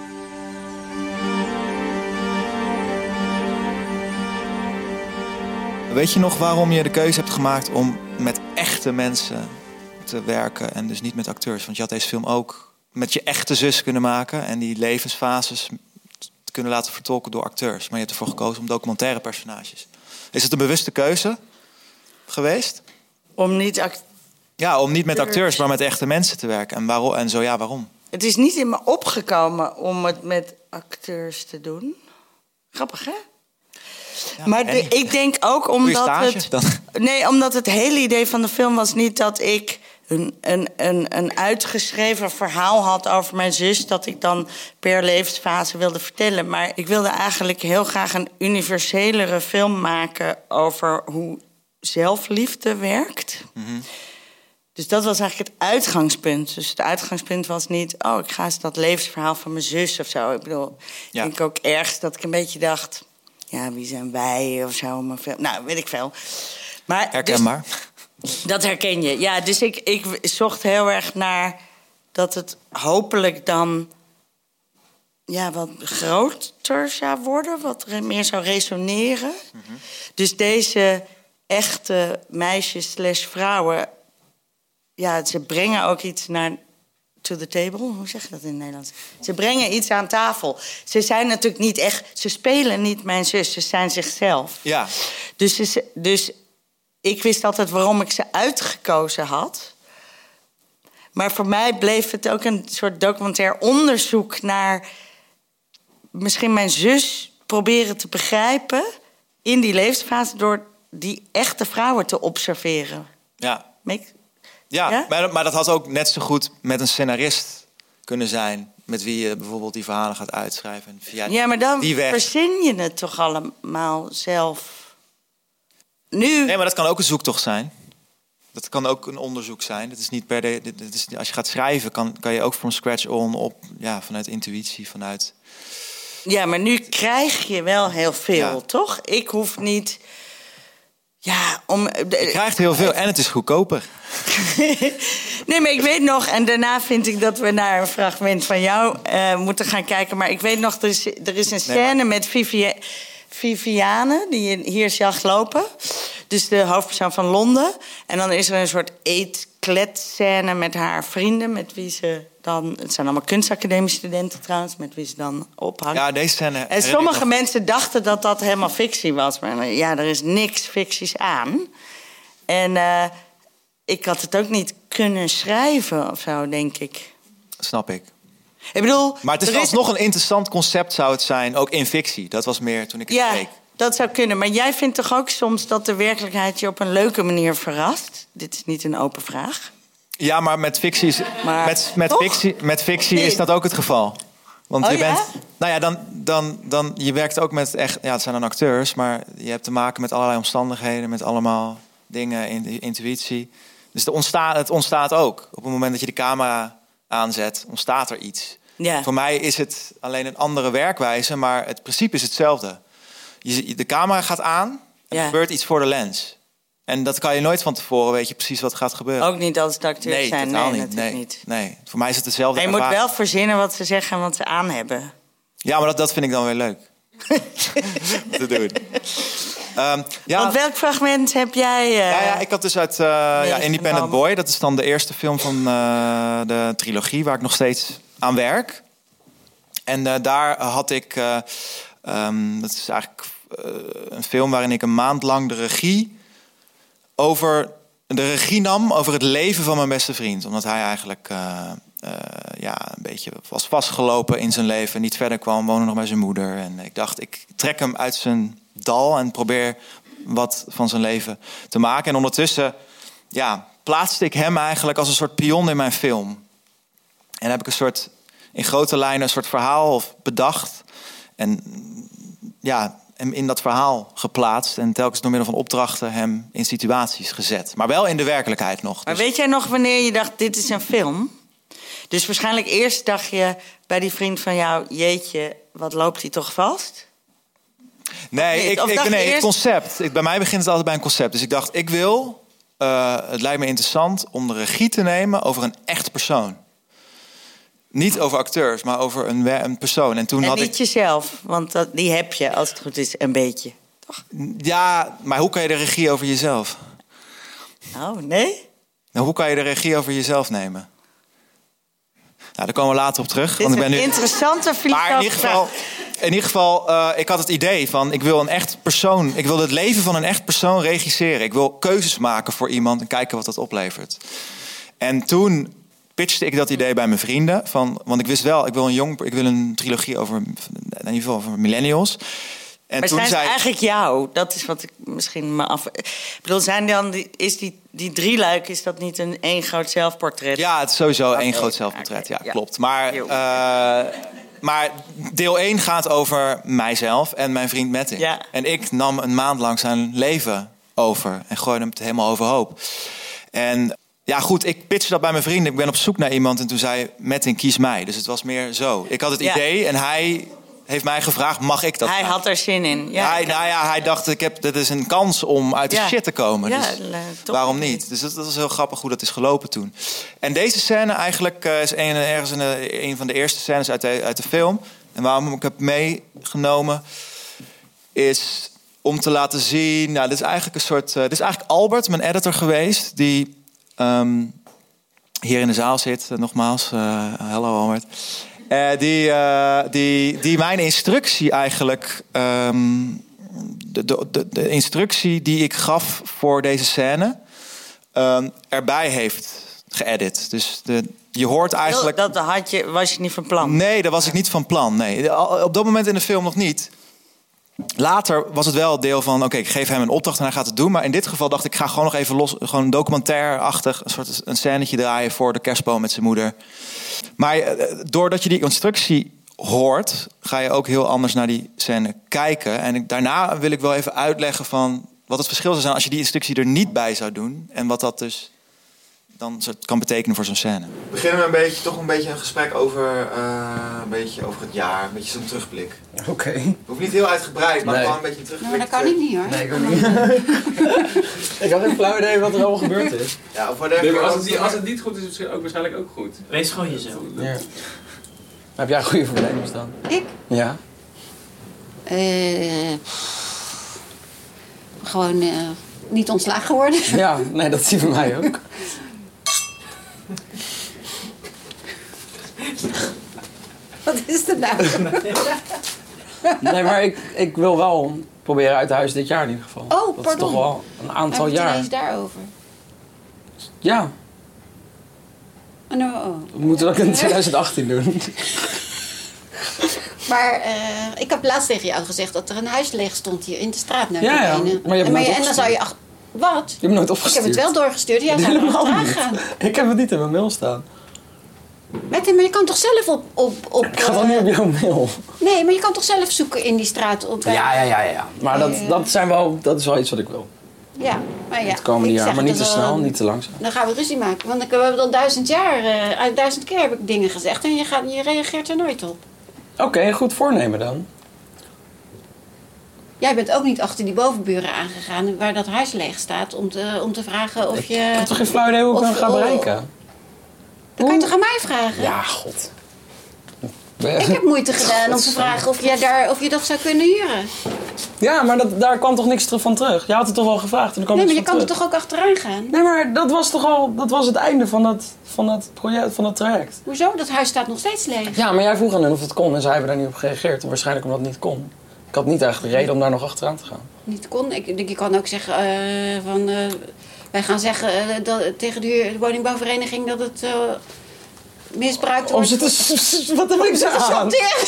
Weet je nog waarom je de keuze hebt gemaakt om met echte mensen te werken en dus niet met acteurs? Want je had deze film ook met je echte zus kunnen maken en die levensfases te kunnen laten vertolken door acteurs. Maar je hebt ervoor gekozen om documentaire personages. Is het een bewuste keuze geweest? Om niet act- Ja, om niet met acteurs, maar met echte mensen te werken. En, waarom, en zo ja, waarom? Het is niet in me opgekomen om het met acteurs te doen. Grappig, hè? Ja, maar de, ik denk ook omdat het... Dan? Nee, omdat het hele idee van de film was niet dat ik een, een, een, een uitgeschreven verhaal had over mijn zus, dat ik dan per levensfase wilde vertellen. Maar ik wilde eigenlijk heel graag een universelere film maken over hoe zelfliefde werkt. Mm-hmm. Dus dat was eigenlijk het uitgangspunt. Dus het uitgangspunt was niet, oh, ik ga eens dat levensverhaal van mijn zus of zo. Ik bedoel, ja. Ik denk ook ergens dat ik een beetje dacht, ja, wie zijn wij of zo? Maar veel, nou, weet ik veel. Maar, herkenbaar. Dus, dat herken je. Ja, dus ik, ik zocht heel erg naar dat het hopelijk dan ja, wat groter zou worden, wat meer zou resoneren. Mm-hmm. Dus deze echte meisjes slash vrouwen, ja, ze brengen ook iets naar to the table. Hoe zeg je dat in het Nederlands? Ze brengen iets aan tafel. Ze zijn natuurlijk niet echt, ze spelen niet mijn zus, ze zijn zichzelf. Ja. Dus, ze, dus ik wist altijd waarom ik ze uitgekozen had. Maar voor mij bleef het ook een soort documentair onderzoek naar misschien mijn zus proberen te begrijpen in die levensfase door die echte vrouwen te observeren. Ja. Make... Ja, ja? Maar, maar dat had ook net zo goed met een scenarist kunnen zijn, met wie je bijvoorbeeld die verhalen gaat uitschrijven. Via ja, maar dan die weg. verzin je het toch allemaal zelf. Nu... Nee, maar dat kan ook een zoektocht zijn. Dat kan ook een onderzoek zijn. Dat is niet per de, dit is, als je gaat schrijven, kan, kan je ook from scratch on op, ja, vanuit intuïtie, vanuit. Ja, maar nu krijg je wel heel veel, ja. Toch? Ik hoef niet. Ja, om. Je krijgt heel veel en het is goedkoper. Nee, maar ik weet nog, en daarna vind ik dat we naar een fragment van jou uh, moeten gaan kijken. Maar ik weet nog, er is, er is een scène nee, maar... met Vivi, Viviane, die je hier zag lopen. Dus de hoofdpersoon van Londen. En dan is er een soort eetkletscène met haar vrienden, met wie ze dan. Het zijn allemaal kunstacademiestudenten trouwens, met wie ze dan ophangt. Ja, deze scène. En sommige mensen dachten dat dat helemaal fictie was. Maar ja, er is niks ficties aan. En uh, ik had het ook niet kunnen schrijven of zo, denk ik. Snap ik. Ik bedoel, maar het is alsnog is... een interessant concept zou het zijn, ook in fictie. Dat was meer toen ik het ja, keek. dat zou kunnen. Maar jij vindt toch ook soms dat de werkelijkheid je op een leuke manier verrast? Dit is niet een open vraag. Ja, maar met fictie is, Maar met, met toch? fictie, met fictie Nee. is dat ook het geval. Want Oh, je ja? bent. Nou ja, dan, dan, dan, je werkt ook met echt. Ja, het zijn dan acteurs, maar je hebt te maken met allerlei omstandigheden, met allemaal dingen, in, intuïtie. Dus de ontstaat, het ontstaat ook. Op het moment dat je de camera aanzet, ontstaat er iets. Ja. Voor mij is het alleen een andere werkwijze, maar het principe is hetzelfde. Je, de camera gaat aan en Ja. er gebeurt iets voor de lens. En dat kan je nooit van tevoren, weet je precies wat gaat gebeuren. Ook niet als het acteurs nee, zijn. totaal Nee, niet. natuurlijk Nee, niet. nee, voor mij is het dezelfde Maar je moet ervaring. wel verzinnen wat ze zeggen en wat ze aan hebben. Ja, maar dat, dat vind ik dan weer leuk. te doen. Um, ja, Want welk fragment heb jij... uh, ja, ja, ik had dus uit uh, ja, meegenomen? Independent Boy. Dat is dan de eerste film van uh, de trilogie waar ik nog steeds aan werk. En uh, daar had ik... Uh, um, dat is eigenlijk uh, een film waarin ik een maand lang de regie... over de regie nam over het leven van mijn beste vriend. Omdat hij eigenlijk... Uh, Uh, ja, een beetje was vastgelopen in zijn leven. Niet verder kwam, woonde nog bij zijn moeder. En ik dacht, ik trek hem uit zijn dal en probeer wat van zijn leven te maken. En ondertussen ja, plaatste ik hem eigenlijk als een soort pion in mijn film. En heb ik een soort, in grote lijnen, een soort verhaal bedacht. En ja, hem in dat verhaal geplaatst. En telkens door middel van opdrachten hem in situaties gezet. Maar wel in de werkelijkheid nog. Maar Dus... weet jij nog wanneer je dacht, dit is een film? Dus waarschijnlijk eerst dacht je bij die vriend van jou... jeetje, wat loopt hij toch vast? Nee, ik, Of ik, dacht nee je het eerst- concept. Ik, bij mij begint het altijd bij een concept. Dus ik dacht, ik wil... Uh, het lijkt me interessant om de regie te nemen over een echt persoon. Niet over acteurs, maar over een, wer- een persoon. En toen En had niet ik... jezelf, want dat, die heb je, als het goed is, een beetje. Ja, maar hoe kan je de regie over jezelf? Oh, nee? Nou, hoe kan je de regie over jezelf nemen? Nou, daar komen we later op terug. Dit want is ik ben een nu... interessante filosofie. Maar in ieder geval, in ieder geval uh, ik had het idee van... ik wil een echt persoon... ik wil het leven van een echt persoon regisseren. Ik wil keuzes maken voor iemand en kijken wat dat oplevert. En toen pitchte ik dat idee bij mijn vrienden. Van, want ik wist wel, ik wil een, jong, ik wil een trilogie over... in ieder geval over millennials. En Maar toen zijn ze zei eigenlijk jou? Dat is wat ik misschien me af... Ik bedoel, zijn dan die, is die, die drieluik, is dat niet een één groot zelfportret? Ja, het is sowieso Okay. één groot zelfportret. Ja, Ja. klopt. Maar, uh, maar deel één gaat over mijzelf en mijn vriend Metting. Ja. En ik nam een maand lang zijn leven over en gooide hem het helemaal overhoop. En ja, goed, ik pitchte dat bij mijn vrienden. Ik ben op zoek naar iemand en toen zei Metting, kies mij. Dus het was meer zo. Ik had het Ja. idee en hij heeft mij gevraagd, mag ik dat? Hij had er zin in. Ja, hij, nou ja, hij dacht, ik heb, dit is een kans om uit de Ja. shit te komen. Ja, dus eh, toch waarom niet. niet? Dus dat, dat is heel grappig hoe dat is gelopen toen. En deze scène eigenlijk uh, is een, ergens een, een van de eerste scènes uit de, uit de film. En waarom ik heb meegenomen is om te laten zien... Nou, dit is eigenlijk een soort... Uh, dit is eigenlijk Albert, mijn editor geweest, die um, hier in de zaal zit. Uh, nogmaals, uh, hallo Albert. Uh, die, uh, die, die mijn instructie eigenlijk... Um, de, de, de, de instructie die ik gaf voor deze scène... Um, erbij heeft geëdit. Dus de, je hoort eigenlijk... Dat had je, was je niet van plan? Nee, dat was ik niet van plan. Nee. Op dat moment in de film nog niet. Later was het wel deel van... oké, okay, ik geef hem een opdracht en hij gaat het doen. Maar in dit geval dacht ik, ik ga gewoon nog even los... gewoon documentair-achtig een soort een scènetje draaien... voor de kerstboom met zijn moeder. Maar doordat je die instructie hoort... ga je ook heel anders naar die scène kijken. En ik, daarna wil ik wel even uitleggen van... wat het verschil zou zijn als je die instructie er niet bij zou doen. En wat dat dus dan kan betekenen voor zo'n scène. Beginnen we een beetje, toch een beetje een gesprek over, uh, een beetje over het jaar. Een beetje zo'n terugblik. Oké. Okay. Het hoeft niet heel uitgebreid, maar nee. gewoon een beetje een terugblik. Nou, dat kan ik niet hoor. Nee, ik ook niet. Ik had geen flauw idee wat er allemaal gebeurd is. Ja, of nee, als, het, als het niet goed is, is het ook waarschijnlijk ook goed. Wees gewoon jezelf. Ja. Heb jij goede voornemens dan? Ik? Ja. Uh, gewoon uh, niet ontslagen worden. Ja, nee, dat zie je van mij ook. Wat is er nou? Nee, maar ik, ik wil wel proberen uit huis dit jaar in ieder geval. Oh, dat pardon. is toch wel een aantal Heb je jaar. het ineens daarover? Ja. Oh, no, oh. We moeten dat in twintig achttien doen. Maar uh, ik heb laatst tegen jou gezegd dat er een huis leeg stond hier in de straat. Nou, ja, ja, maar je hebt en, het nooit en dan zou je... Ach, wat? Je hebt nooit opgestuurd. Ik heb het wel doorgestuurd. Jij zou er achteraan gaan. Ik heb het niet in mijn mail staan. Met, maar je kan toch zelf op... op, op ik ga dan niet op jouw mail. Nee, maar je kan toch zelf zoeken in die straat? Op, ja, ja, ja, ja. Maar dat, dat, zijn wel, dat is wel iets wat ik wil. Ja, maar ja. Het komende jaar, maar niet te snel, niet te langzaam. Dan gaan we ruzie maken. Want ik, we hebben al duizend jaar, uh, duizend keer heb ik dingen gezegd en je, gaat, je reageert er nooit op. Oké, okay, goed voornemen dan. Jij bent ook niet achter die bovenburen aangegaan waar dat huis leeg staat om te, om te vragen of je... Ik heb toch geen flauw idee hoe ik hem ga bereiken? Dan kan je toch aan mij vragen? Ja, god. Ik heb moeite gedaan om te vragen of je, daar, of je dat zou kunnen huren. Ja, maar dat, daar kwam toch niks terug van terug? Je had het toch al gevraagd? En er kwam nee, maar je kan terug. er toch ook achteraan gaan? Nee, maar dat was toch al dat was het einde van dat, van dat project, van dat traject. Hoezo? Dat huis staat nog steeds leeg. Ja, maar jij vroeg aan hen of het kon en zij hebben daar niet op gereageerd. Waarschijnlijk omdat het niet kon. Ik had niet echt de reden om daar nog achteraan te gaan. Niet kon? Ik, je kan ook zeggen uh, van... Uh, wij gaan zeggen uh, dat, tegen de, huur, de woningbouwvereniging dat het... Uh, misbruikt wordt. Om ze te... Wat heb ik ze aan?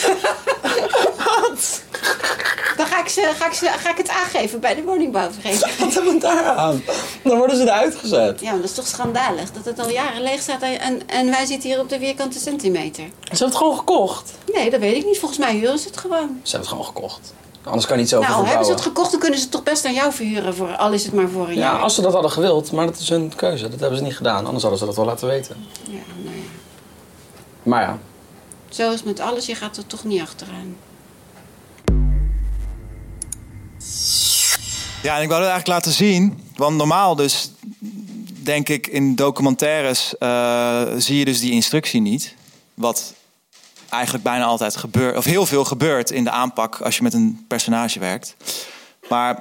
Wat? Dan ga ik, ze, ga, ik ze, ga ik het aangeven bij de woningbouwvereniging. Wat heb ik daar aan? Dan worden ze eruit gezet. Ja, maar dat is toch schandalig dat het al jaren leeg staat en, en wij zitten hier op de vierkante centimeter. Ze hebben het gewoon gekocht? Nee, dat weet ik niet. Volgens mij huren ze het gewoon. Ze hebben het gewoon gekocht. Anders kan je niet zoveel nou, verbouwen. Hebben ze het gekocht, dan kunnen ze het toch best aan jou verhuren, voor, al is het maar voor een ja, jaar. Ja, als ze dat hadden gewild, maar dat is hun keuze. Dat hebben ze niet gedaan, anders hadden ze dat wel laten weten. Ja, nou ja. Maar ja. Zo is het met alles, je gaat er toch niet achteraan. Ja, en ik wou dat eigenlijk laten zien. Want normaal dus, denk ik, in documentaires uh, zie je dus die instructie niet. Wat eigenlijk bijna altijd gebeurt, of heel veel gebeurt in de aanpak als je met een personage werkt. Maar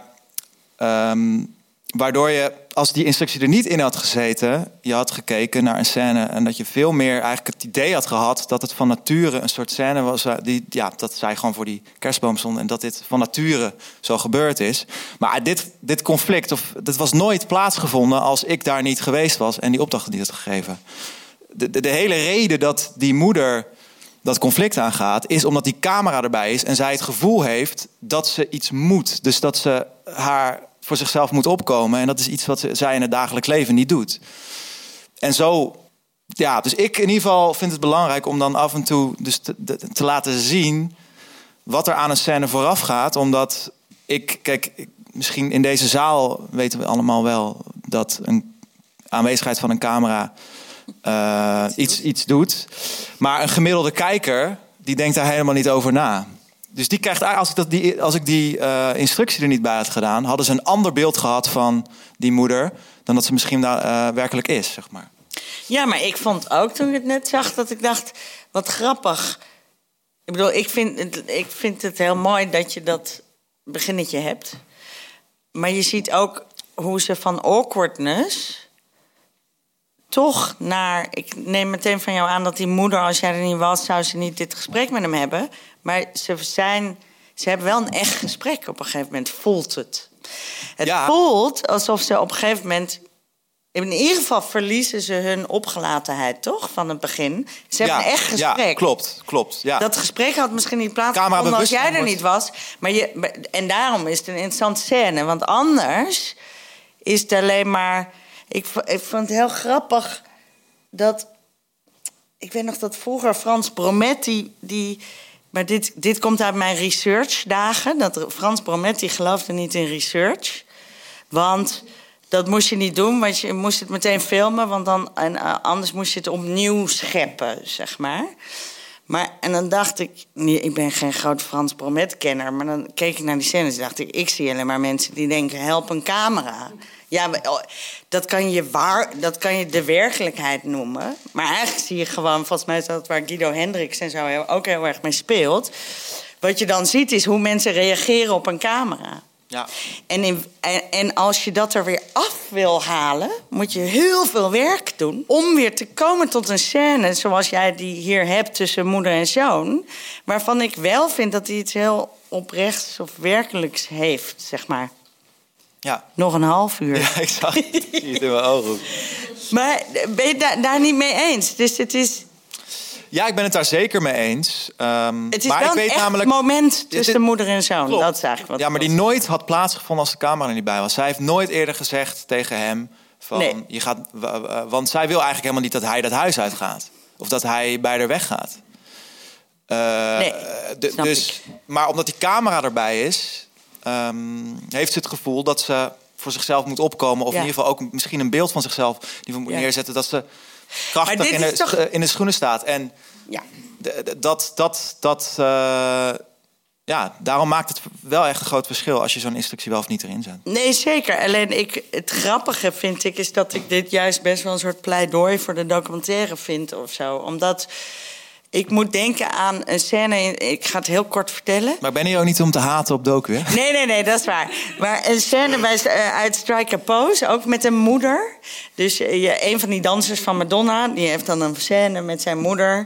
um, waardoor je, als die instructie er niet in had gezeten, je had gekeken naar een scène en dat je veel meer eigenlijk het idee had gehad dat het van nature een soort scène was, die, ja, dat zij gewoon voor die kerstboom stond en dat dit van nature zo gebeurd is. Maar dit, dit conflict, of dit was nooit plaatsgevonden als ik daar niet geweest was en die opdracht niet had gegeven. De, de, de hele reden dat die moeder dat conflict aangaat, is omdat die camera erbij is en zij het gevoel heeft dat ze iets moet. Dus dat ze haar voor zichzelf moet opkomen. En dat is iets wat zij in het dagelijks leven niet doet. En zo, ja, dus ik in ieder geval vind het belangrijk om dan af en toe dus te, te laten zien wat er aan een scène vooraf gaat. Omdat ik, kijk, ik, misschien in deze zaal weten we allemaal wel dat een aanwezigheid van een camera uh, iets, iets doet. Maar een gemiddelde kijker, die denkt daar helemaal niet over na. Dus die krijgt, als ik, dat, die, als ik die uh, instructie er niet bij had gedaan, hadden ze een ander beeld gehad van die moeder dan dat ze misschien daar uh, werkelijk is, zeg maar. Ja, maar ik vond ook toen ik het net zag dat ik dacht, wat grappig. Ik bedoel, ik vind het, ik vind het heel mooi dat je dat beginnetje hebt. Maar je ziet ook hoe ze van awkwardness toch naar... Ik neem meteen van jou aan dat die moeder, als jij er niet was, zou ze niet dit gesprek met hem hebben. Maar ze zijn, ze hebben wel een echt gesprek op een gegeven moment. Voelt het. Het ja. voelt alsof ze op een gegeven moment... In ieder geval verliezen ze hun opgelatenheid, toch? Van het begin. Ze hebben ja, een echt gesprek. Ja, klopt, klopt. Ja. Dat gesprek had misschien niet plaatsgevonden als jij er wordt. niet was. Maar je, en daarom is het een interessante scène. Want anders is het alleen maar... Ik, ik vond het heel grappig dat... Ik weet nog dat vroeger Frans Bromet, die... die maar dit, dit komt uit mijn researchdagen. Dat Frans Bromet, die geloofde niet in research. Want... Dat moest je niet doen, want je moest het meteen filmen. Want dan, en, uh, anders moest je het opnieuw scheppen, zeg maar. maar. En dan dacht ik... Nee, ik ben geen groot Frans Bromet-kenner. Maar dan keek ik naar die scènes en dacht ik... Ik zie alleen maar mensen die denken... Help een camera. Ja, dat kan je, waar, dat kan je de werkelijkheid noemen. Maar eigenlijk zie je gewoon... Volgens mij is dat waar Guido Hendricks en zo ook heel erg mee speelt. Wat je dan ziet is hoe mensen reageren op een camera. Ja. En, in, en, en als je dat er weer af wil halen, moet je heel veel werk doen om weer te komen tot een scène zoals jij die hier hebt tussen moeder en zoon, waarvan ik wel vind dat hij iets heel oprechts of werkelijks heeft, zeg maar. Ja. Nog een half uur. Ja, ik zag het. Ik zie het in mijn ogen. Maar ben je da- daar niet mee eens? Dus het is... Ja, ik ben het daar zeker mee eens. Um, Het is maar wel ik weet een echt namelijk, moment tussen de moeder en zoon. Klopt. Dat is eigenlijk wat ja, maar die nooit had plaatsgevonden als de camera er niet bij was. Zij heeft nooit eerder gezegd tegen hem... Van, Nee. je gaat, want zij wil eigenlijk helemaal niet dat hij dat huis uitgaat. Of dat hij bij haar weggaat. Uh, nee, de, dus, maar omdat die camera erbij is... Um, heeft ze het gevoel dat ze voor zichzelf moet opkomen. Of ja. in ieder geval ook misschien een beeld van zichzelf... die we moet ja. neerzetten. Dat ze krachtig in de, toch... in de schoenen staat. En ja. de, de, dat... dat, dat uh, ja, daarom maakt het wel echt een groot verschil... als je zo'n instructie wel of niet erin zet. Nee, zeker. Alleen ik, het grappige vind ik... is dat ik dit juist best wel een soort pleidooi... voor de documentaire vind of zo. Omdat ik moet denken aan een scène... ik ga het heel kort vertellen. Maar ben je ook niet om te haten op docu, hè? Nee, nee, nee, dat is waar. Maar een scène bij, uh, uit Strike a Pose, ook met een moeder. Dus uh, een van die dansers van Madonna... die heeft dan een scène met zijn moeder...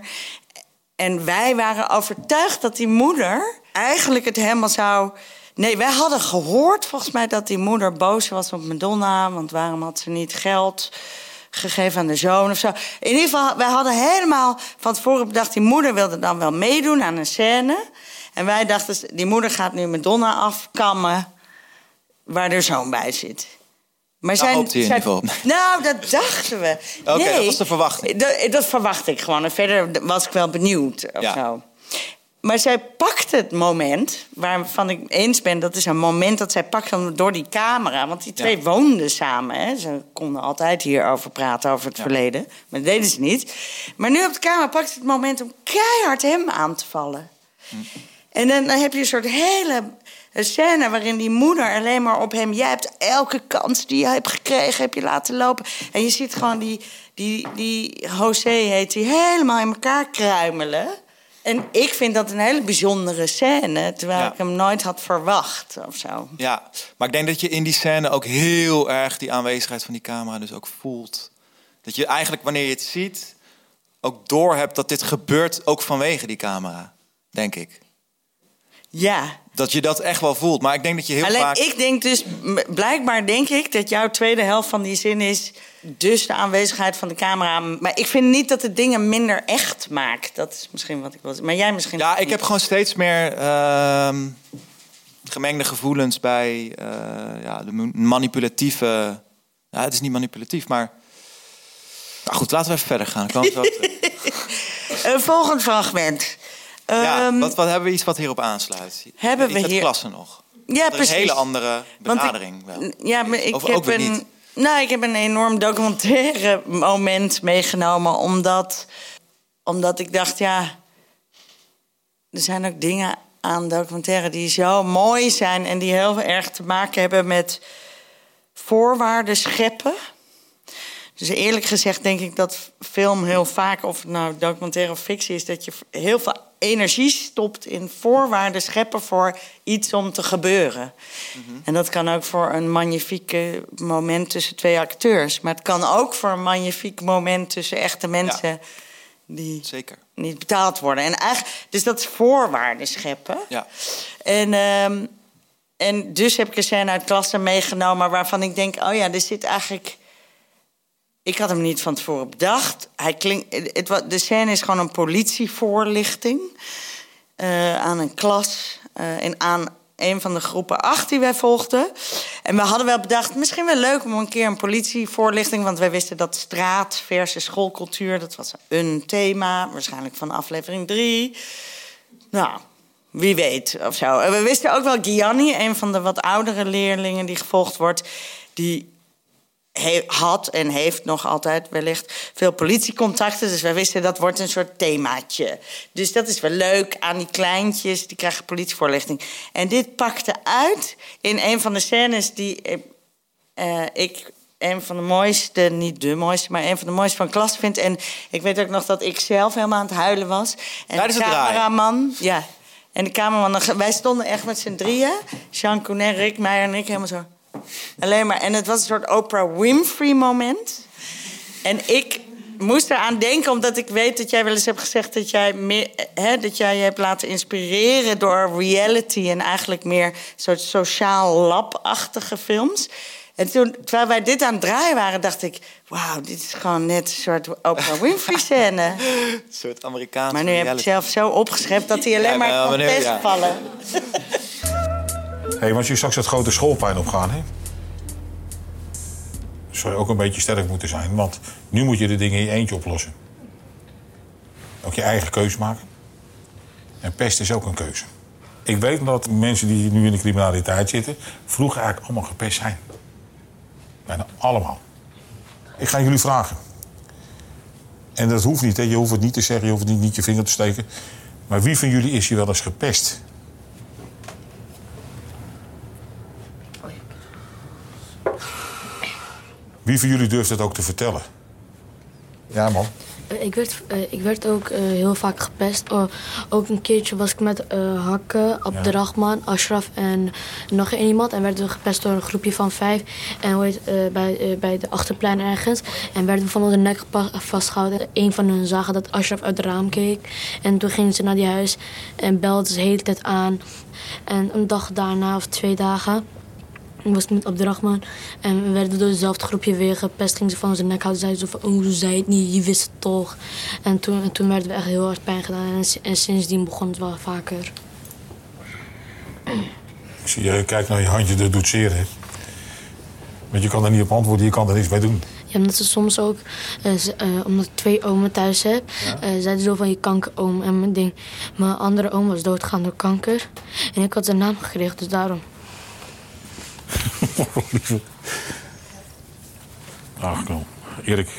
En wij waren overtuigd dat die moeder eigenlijk het helemaal zou... Nee, wij hadden gehoord volgens mij dat die moeder boos was op Madonna... want waarom had ze niet geld gegeven aan de zoon of zo. In ieder geval, wij hadden helemaal van tevoren bedacht... die moeder wilde dan wel meedoen aan een scène. En wij dachten, die moeder gaat nu Madonna afkammen... waar de zoon bij zit. Maar nou, zijn, hoopte je in zijn, ieder geval. Nou, dat dachten we. Oké, okay, nee, dat was de verwachting. Dat, dat verwacht ik gewoon. En verder was ik wel benieuwd of ja. zo. Maar zij pakt het moment waarvan ik eens ben... dat is een moment dat zij pakt dan door die camera. Want die twee ja. woonden samen. Hè. Ze konden altijd hierover praten, over het ja. verleden. Maar dat deden ze niet. Maar nu op de camera pakt ze het moment om keihard hem aan te vallen. Hm. En dan, dan heb je een soort hele... een scène waarin die moeder alleen maar op hem... jij hebt elke kans die je hebt gekregen, heb je laten lopen. En je ziet gewoon die, die, die José heet die helemaal in elkaar kruimelen. En ik vind dat een hele bijzondere scène... terwijl ja. ik hem nooit had verwacht of zo. Ja, maar ik denk dat je in die scène ook heel erg... die aanwezigheid van die camera dus ook voelt. Dat je eigenlijk, wanneer je het ziet... ook doorhebt dat dit gebeurt ook vanwege die camera, denk ik. Ja. Dat je dat echt wel voelt. Maar ik denk dat je heel Alleen, vaak... ik denk dus... Blijkbaar denk ik dat jouw tweede helft van die zin is... dus de aanwezigheid van de camera. Maar ik vind niet dat het dingen minder echt maakt. Dat is misschien wat ik wil zeggen. Maar jij misschien... Ja, ik heb gewoon steeds meer... Uh, gemengde gevoelens bij... Uh, ja, de manipulatieve... Ja, het is niet manipulatief, maar... Nou goed, laten we even verder gaan. Dan wel een volgend fragment... Ja, um, wat, wat hebben we iets wat hierop aansluit? Hebben we het hier klassen nog? Ja, dat precies. Een hele andere benadering. Ik, wel. Ja, maar ik of heb ook weer een, niet. Nou, ik heb een enorm documentaire moment meegenomen, omdat, omdat ik dacht, ja, er zijn ook dingen aan documentaire die zo mooi zijn en die heel erg te maken hebben met voorwaarden scheppen. Dus eerlijk gezegd denk ik dat film heel vaak, of het nou documentaire of fictie is, dat je heel veel energie stopt in voorwaarden scheppen voor iets om te gebeuren. Mm-hmm. En dat kan ook voor een magnifieke moment tussen twee acteurs. Maar het kan ook voor een magnifiek moment tussen echte mensen ja. die Zeker. niet betaald worden. En eigenlijk, dus dat is voorwaarden scheppen. Ja. En, um, en dus heb ik een scène uit Klassen meegenomen waarvan ik denk, oh ja, er zit eigenlijk... Ik had hem niet van tevoren bedacht. Hij klinkt, het, het, de scène is gewoon een politievoorlichting uh, aan een klas uh, en aan een van de groepen acht die wij volgden. En we hadden wel bedacht, misschien wel leuk om een keer een politievoorlichting... want wij wisten dat straat versus schoolcultuur, dat was een thema, waarschijnlijk van aflevering drie. Nou, wie weet of zo. En we wisten ook wel Gianni, een van de wat oudere leerlingen die gevolgd wordt... die He, had en heeft nog altijd wellicht veel politiecontacten. Dus wij wisten dat wordt een soort themaatje. Dus dat is wel leuk aan die kleintjes. Die krijgen politievoorlichting. En dit pakte uit in een van de scènes die uh, ik een van de mooiste, niet de mooiste, maar een van de mooiste van klas vind. En ik weet ook nog dat ik zelf helemaal aan het huilen was. En de cameraman, ja. En de cameraman, wij stonden echt met z'n drieën. Jean Counet, Rick Meijer en ik helemaal zo. Alleen maar. En het was een soort Oprah Winfrey moment. En ik moest eraan denken, omdat ik weet dat jij wel eens hebt gezegd dat jij, meer, hè, dat jij je hebt laten inspireren door reality en eigenlijk meer soort sociaal labachtige films. En toen, terwijl wij dit aan het draaien waren, dacht ik... wauw, dit is gewoon net een soort Oprah Winfrey-scène. Een soort Amerikaanse Maar nu heb ik zelf zo opgeschept dat hij alleen ja, maar ja, kan testvallen. Hé, hey, want je straks het grote schoolplein opgaan, hè? Zou je ook een beetje sterk moeten zijn, want nu moet je de dingen in je eentje oplossen. Ook je eigen keus maken. En pest is ook een keuze. Ik weet dat mensen die nu in de criminaliteit zitten... vroeger eigenlijk allemaal gepest zijn. Bijna allemaal. Ik ga jullie vragen. En dat hoeft niet, hè. Je hoeft het niet te zeggen, je hoeft niet, niet je vinger te steken. Maar wie van jullie is hier wel eens gepest? Wie van jullie durft het ook te vertellen? Ja, man. Uh, ik, werd, uh, ik werd ook uh, heel vaak gepest. Uh, ook een keertje was ik met uh, Hakke, Abderrahman, Ashraf en nog één iemand. En werden we gepest door een groepje van vijf. En hoe heet, uh, bij, uh, bij de achterplein ergens. En werden we van onze nek vastgehouden. Eén van hen zagen dat Ashraf uit het raam keek. En toen gingen ze naar die huis en belden ze de hele tijd aan. En een dag daarna, of twee dagen... Ik was met Abderrahman en we werden door hetzelfde groepje weer gepest. Gingen ze van onze nek houden. Zeiden ze van, oh, zei het niet, je wist het toch. En toen, en toen werden we echt heel hard pijn gedaan. En, en sindsdien begon het wel vaker. Ik zie je kijkt naar je handje, dat doet zeer, hè? Want je kan er niet op antwoorden, je kan er niks mee doen. Ja, omdat ze soms ook, uh, ze, uh, omdat ik twee omen thuis heb, ja. uh, zeiden ze zo van je kankeroom en mijn ding. Mijn andere oom was doodgegaan door kanker. En ik had zijn naam gekregen, dus daarom. Ach, kom. Erik.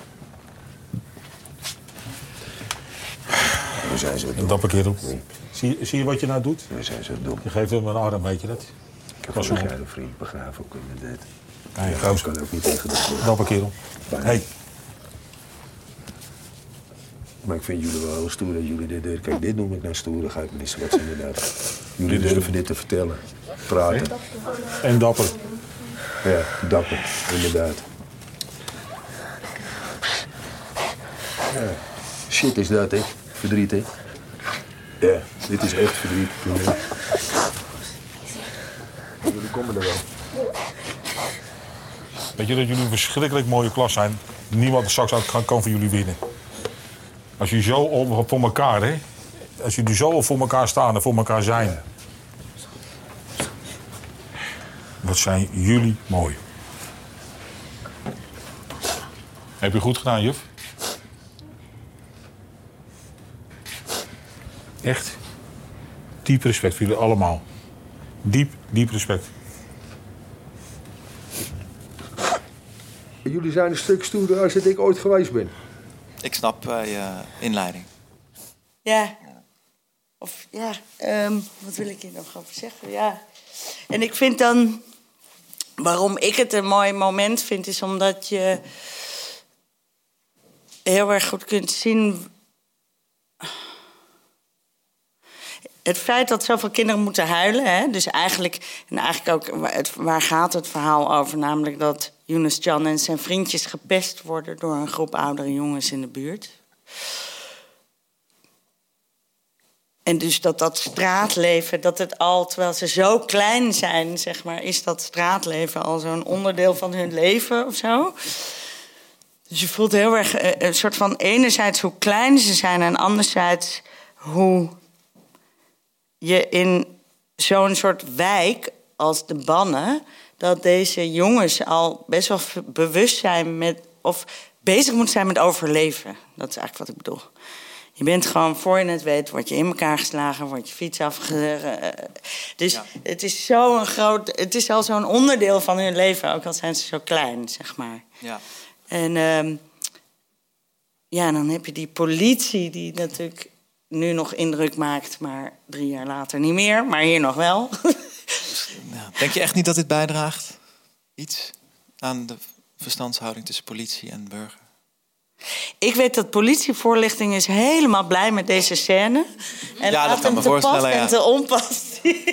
We zijn zo dom. Een dapper kerel. Nee. Zie, zie je wat je nou doet? We zijn zo dom. Je geeft hem een arm, weet je dat? Ik heb een geile vriend begraven ook inderdaad. Nee, ja, dat kan ook niet tegen de dapper kerel. Hé. Hey. Maar ik vind jullie wel heel stoer dat jullie dit doen. Kijk, dit noem ik nou stoer, dan ga ik niet zo wat inderdaad. Jullie durven dit te vertellen, praten. En dapper. Ja, dapper, inderdaad. Ja. Shit is dat, hè? Verdriet, hè? Ja, dit is echt verdriet. Ja. Jullie komen er wel. Weet je dat jullie een verschrikkelijk mooie klas zijn? Niemand straks kan, kan voor jullie winnen. Als jullie zo voor elkaar, hè? Als jullie zo voor elkaar staan en voor elkaar zijn. Wat zijn jullie mooi. Heb je goed gedaan, juf? Echt. Diep respect voor jullie allemaal. Diep, diep respect. Jullie zijn een stuk stoerder als dat ik ooit geweest ben. Ik snap uh, je inleiding. Ja. Of ja, um, wat wil ik hier nog over zeggen? Ja. En ik vind dan... Waarom ik het een mooi moment vind, is omdat je heel erg goed kunt zien... Het feit dat zoveel kinderen moeten huilen, hè, dus eigenlijk, en eigenlijk ook, het, waar gaat het verhaal over? Namelijk dat Younes Can en zijn vriendjes gepest worden door een groep oudere jongens in de buurt. En dus dat dat straatleven, dat het al, terwijl ze zo klein zijn, zeg maar, is dat straatleven al zo'n onderdeel van hun leven of zo. Dus je voelt heel erg een soort van enerzijds hoe klein ze zijn en anderzijds hoe je in zo'n soort wijk als de Bannen, dat deze jongens al best wel bewust zijn met, of bezig moeten zijn met overleven. Dat is eigenlijk wat ik bedoel. Je bent gewoon, voor je het weet, word je in elkaar geslagen, wordt je fiets afgereden. Dus ja. Het is zo'n groot, het is al zo'n onderdeel van hun leven, ook al zijn ze zo klein, zeg maar. Ja. En um, ja, dan heb je die politie die natuurlijk nu nog indruk maakt, maar drie jaar later niet meer, maar hier nog wel. Ja. Denk je echt niet dat dit bijdraagt, iets, aan de verstandshouding tussen politie en burger? Ik weet dat politievoorlichting is helemaal blij met deze scène. En ja, dat kan me voorstellen, ja. En te onpas.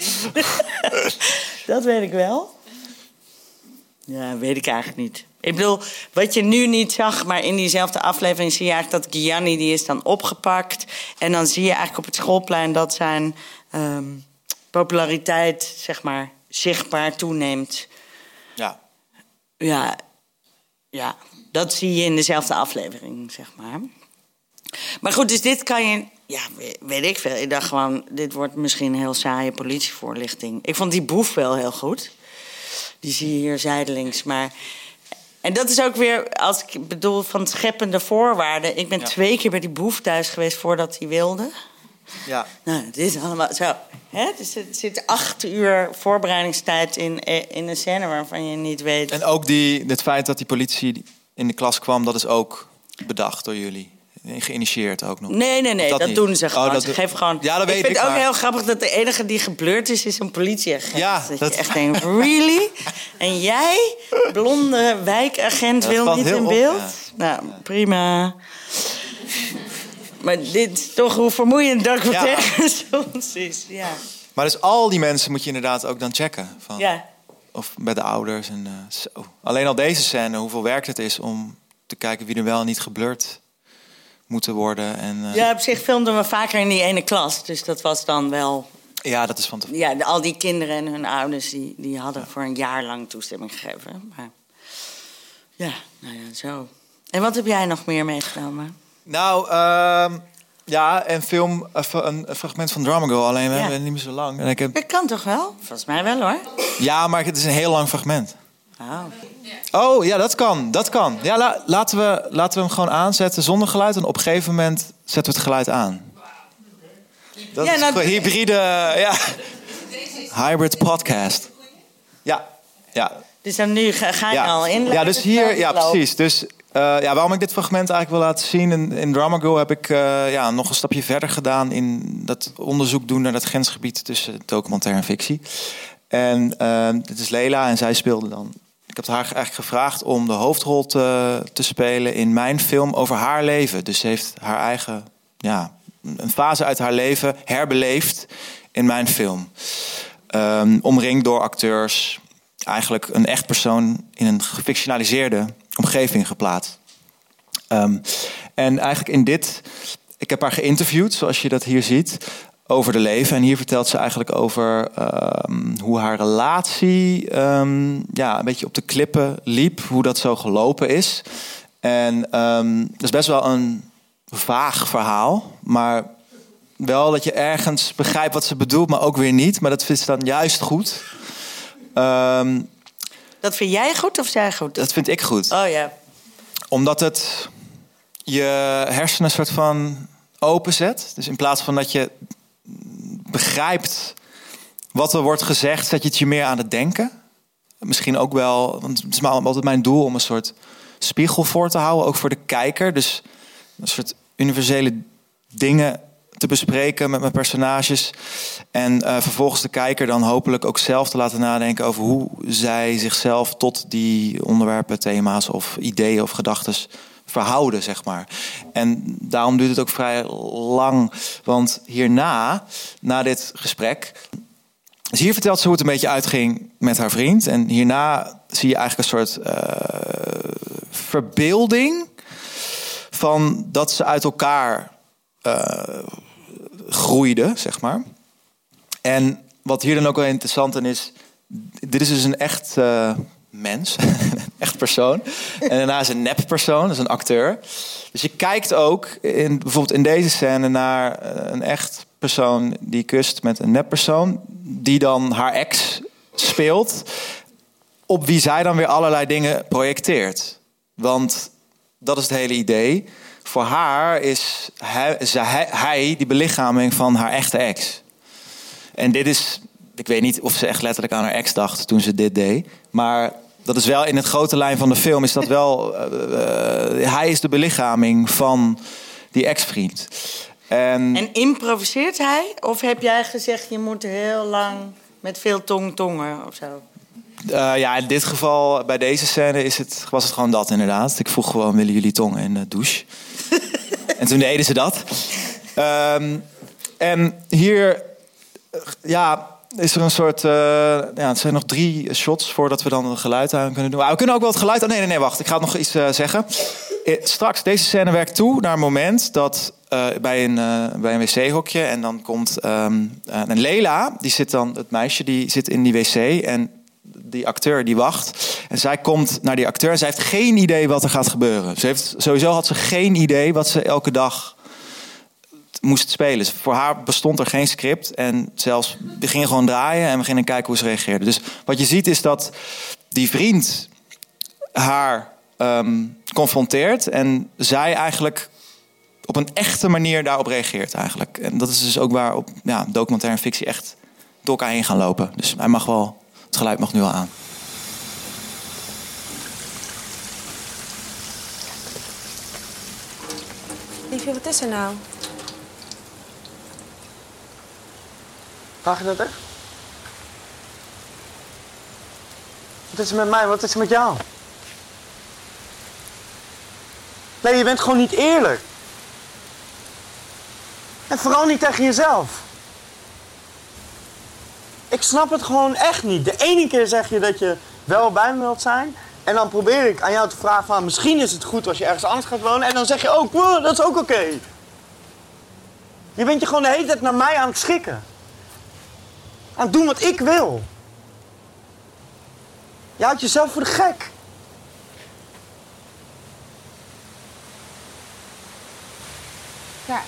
Dat weet ik wel. Ja, weet ik eigenlijk niet. Ik bedoel, wat je nu niet zag, maar in diezelfde aflevering zie je eigenlijk dat Gianni, die is dan opgepakt. En dan zie je eigenlijk op het schoolplein dat zijn um, populariteit, zeg maar, zichtbaar toeneemt. Ja. Ja, ja, dat zie je in dezelfde aflevering, zeg maar. Maar goed, dus dit kan je... Ja, weet ik veel. Ik dacht gewoon, dit wordt misschien een heel saaie politievoorlichting. Ik vond die boef wel heel goed. Die zie je hier zijdelings, maar... En dat is ook weer, als ik bedoel, van scheppende voorwaarden. Ik ben ja. twee keer bij die boef thuis geweest voordat hij wilde. Ja. Nou, dit is allemaal zo. Hè? Dus er zit acht uur voorbereidingstijd in, in een scène waarvan je niet weet... En ook die, het feit dat die politie in de klas kwam, dat is ook bedacht door jullie. Geïnitieerd ook nog. Nee, nee, nee, dat, dat doen ze gewoon. Oh, dat ze geven gewoon... Ja, dat weet ik vind ik, het ook maar... heel grappig dat de enige die geblurred is, is een politieagent. Ja, dat, dat... je echt denkt, really? En jij, blonde wijkagent, dat wil niet in beeld? Op, ja. Nou, prima. Maar dit is toch hoe vermoeiend documentaire ja. soms is. Ja. Maar dus al die mensen moet je inderdaad ook dan checken. Van, ja. Of bij de ouders. En, uh, zo. Alleen al deze scène, hoeveel werk het is om te kijken wie er wel niet geblurred moeten worden. En, uh... Ja, op zich filmden we vaker in die ene klas. Dus dat was dan wel... Ja, dat is van te... Ja, al die kinderen en hun ouders die, die hadden voor een jaar lang toestemming gegeven. Maar ja, nou ja, zo. En wat heb jij nog meer meegenomen? Nou, uh, ja, een film, een, een fragment van Drama Girl. Alleen we ja. hebben niet meer zo lang. En ik heb... Dat kan toch wel? Volgens mij wel, hoor. Ja, maar het is een heel lang fragment. Oh. Oh, ja, dat kan. Dat kan. Ja, la, laten, we, laten we hem gewoon aanzetten zonder geluid. En op een gegeven moment zetten we het geluid aan. Dat ja, is nou, hybride... Ja. Hybrid podcast. Ja, ja. Dus dan nu ga, ga je ja. al in. Ja, dus hier... Ja, precies. Dus... Uh, ja, waarom ik dit fragment eigenlijk wil laten zien... in, in Drama Girl heb ik uh, ja, nog een stapje verder gedaan... in dat onderzoek doen naar dat grensgebied... tussen documentaire en fictie. En uh, dit is Leila en zij speelde dan... Ik heb haar eigenlijk gevraagd om de hoofdrol te, te spelen... in mijn film over haar leven. Dus ze heeft haar eigen... ja, een fase uit haar leven herbeleefd in mijn film. Um, omringd door acteurs... eigenlijk een echt persoon in een gefictionaliseerde omgeving geplaatst. Um, en eigenlijk in dit... Ik heb haar geïnterviewd, zoals je dat hier ziet... over de leven. En hier vertelt ze eigenlijk over um, hoe haar relatie... Um, ja, een beetje op de klippen liep. Hoe dat zo gelopen is. En um, dat is best wel een vaag verhaal. Maar wel dat je ergens begrijpt wat ze bedoelt... maar ook weer niet. Maar dat vindt ze dan juist goed... Um, dat vind jij goed of zij goed? Dat vind ik goed. Oh ja. Omdat het je hersenen een soort van openzet. Dus in plaats van dat je begrijpt wat er wordt gezegd... zet je het je meer aan het denken. Misschien ook wel, want het is altijd mijn doel... om een soort spiegel voor te houden, ook voor de kijker. Dus een soort universele dingen... te bespreken met mijn personages. En uh, vervolgens de kijker dan hopelijk ook zelf te laten nadenken... over hoe zij zichzelf tot die onderwerpen, thema's... of ideeën of gedachten verhouden, zeg maar. En daarom duurt het ook vrij lang. Want hierna, na dit gesprek... Dus hier vertelt ze hoe het een beetje uitging met haar vriend. En hierna zie je eigenlijk een soort uh, verbeelding... van dat ze uit elkaar... Uh, groeide, zeg maar. En wat hier dan ook wel interessant in is... dit is dus een echt uh, mens, een echt persoon. En daarna is een nep persoon, dat is een acteur. Dus je kijkt ook, in, bijvoorbeeld in deze scène... naar een echt persoon die kust met een nep persoon... die dan haar ex speelt... op wie zij dan weer allerlei dingen projecteert. Want dat is het hele idee... Voor haar is hij, hij, hij die belichaming van haar echte ex. En dit is... Ik weet niet of ze echt letterlijk aan haar ex dacht toen ze dit deed. Maar dat is wel in het grote lijn van de film... is dat wel... Uh, uh, hij is de belichaming van die ex-vriend. En, en improviseert hij? Of heb jij gezegd... je moet heel lang met veel tong tongen of zo? Uh, ja, in dit geval, bij deze scène is het, was het gewoon dat inderdaad. Ik vroeg gewoon, willen jullie tongen in de douche? En toen deden ze dat. Um, en hier, ja, is er een soort... Uh, ja, het zijn nog drie shots voordat we dan een geluid aan kunnen doen. Maar we kunnen ook wel het geluid... Oh, nee, nee, nee, wacht. Ik ga nog iets uh, zeggen. Straks, deze scène werkt toe naar een moment dat... Uh, bij een, uh, bij een wc-hokje en dan komt um, uh, een Leila, die zit dan... Het meisje, die zit in die wc en... die acteur die wacht. En zij komt naar die acteur en zij heeft geen idee wat er gaat gebeuren. Ze heeft, sowieso had ze geen idee wat ze elke dag moest spelen. Voor haar bestond er geen script. En zelfs, we gingen gewoon draaien en we gingen kijken hoe ze reageerde. Dus wat je ziet is dat die vriend haar um, confronteert. En zij eigenlijk op een echte manier daarop reageert eigenlijk. En dat is dus ook waar op, ja, documentaire en fictie echt door elkaar heen gaan lopen. Dus hij mag wel, het geluid mag nu wel aan. Liefje, wat is er nou? Vraag je dat echt? Wat is er met mij? Wat is er met jou? Nee, je bent gewoon niet eerlijk. En vooral niet tegen jezelf. Ik snap het gewoon echt niet. De ene keer zeg je dat je wel bij me wilt zijn. En dan probeer ik aan jou te vragen van... misschien is het goed als je ergens anders gaat wonen. En dan zeg je ook, wow, dat is ook oké. Okay. Je bent je gewoon de hele tijd naar mij aan het schikken. Aan het doen wat ik wil. Je houdt jezelf voor de gek. Ja.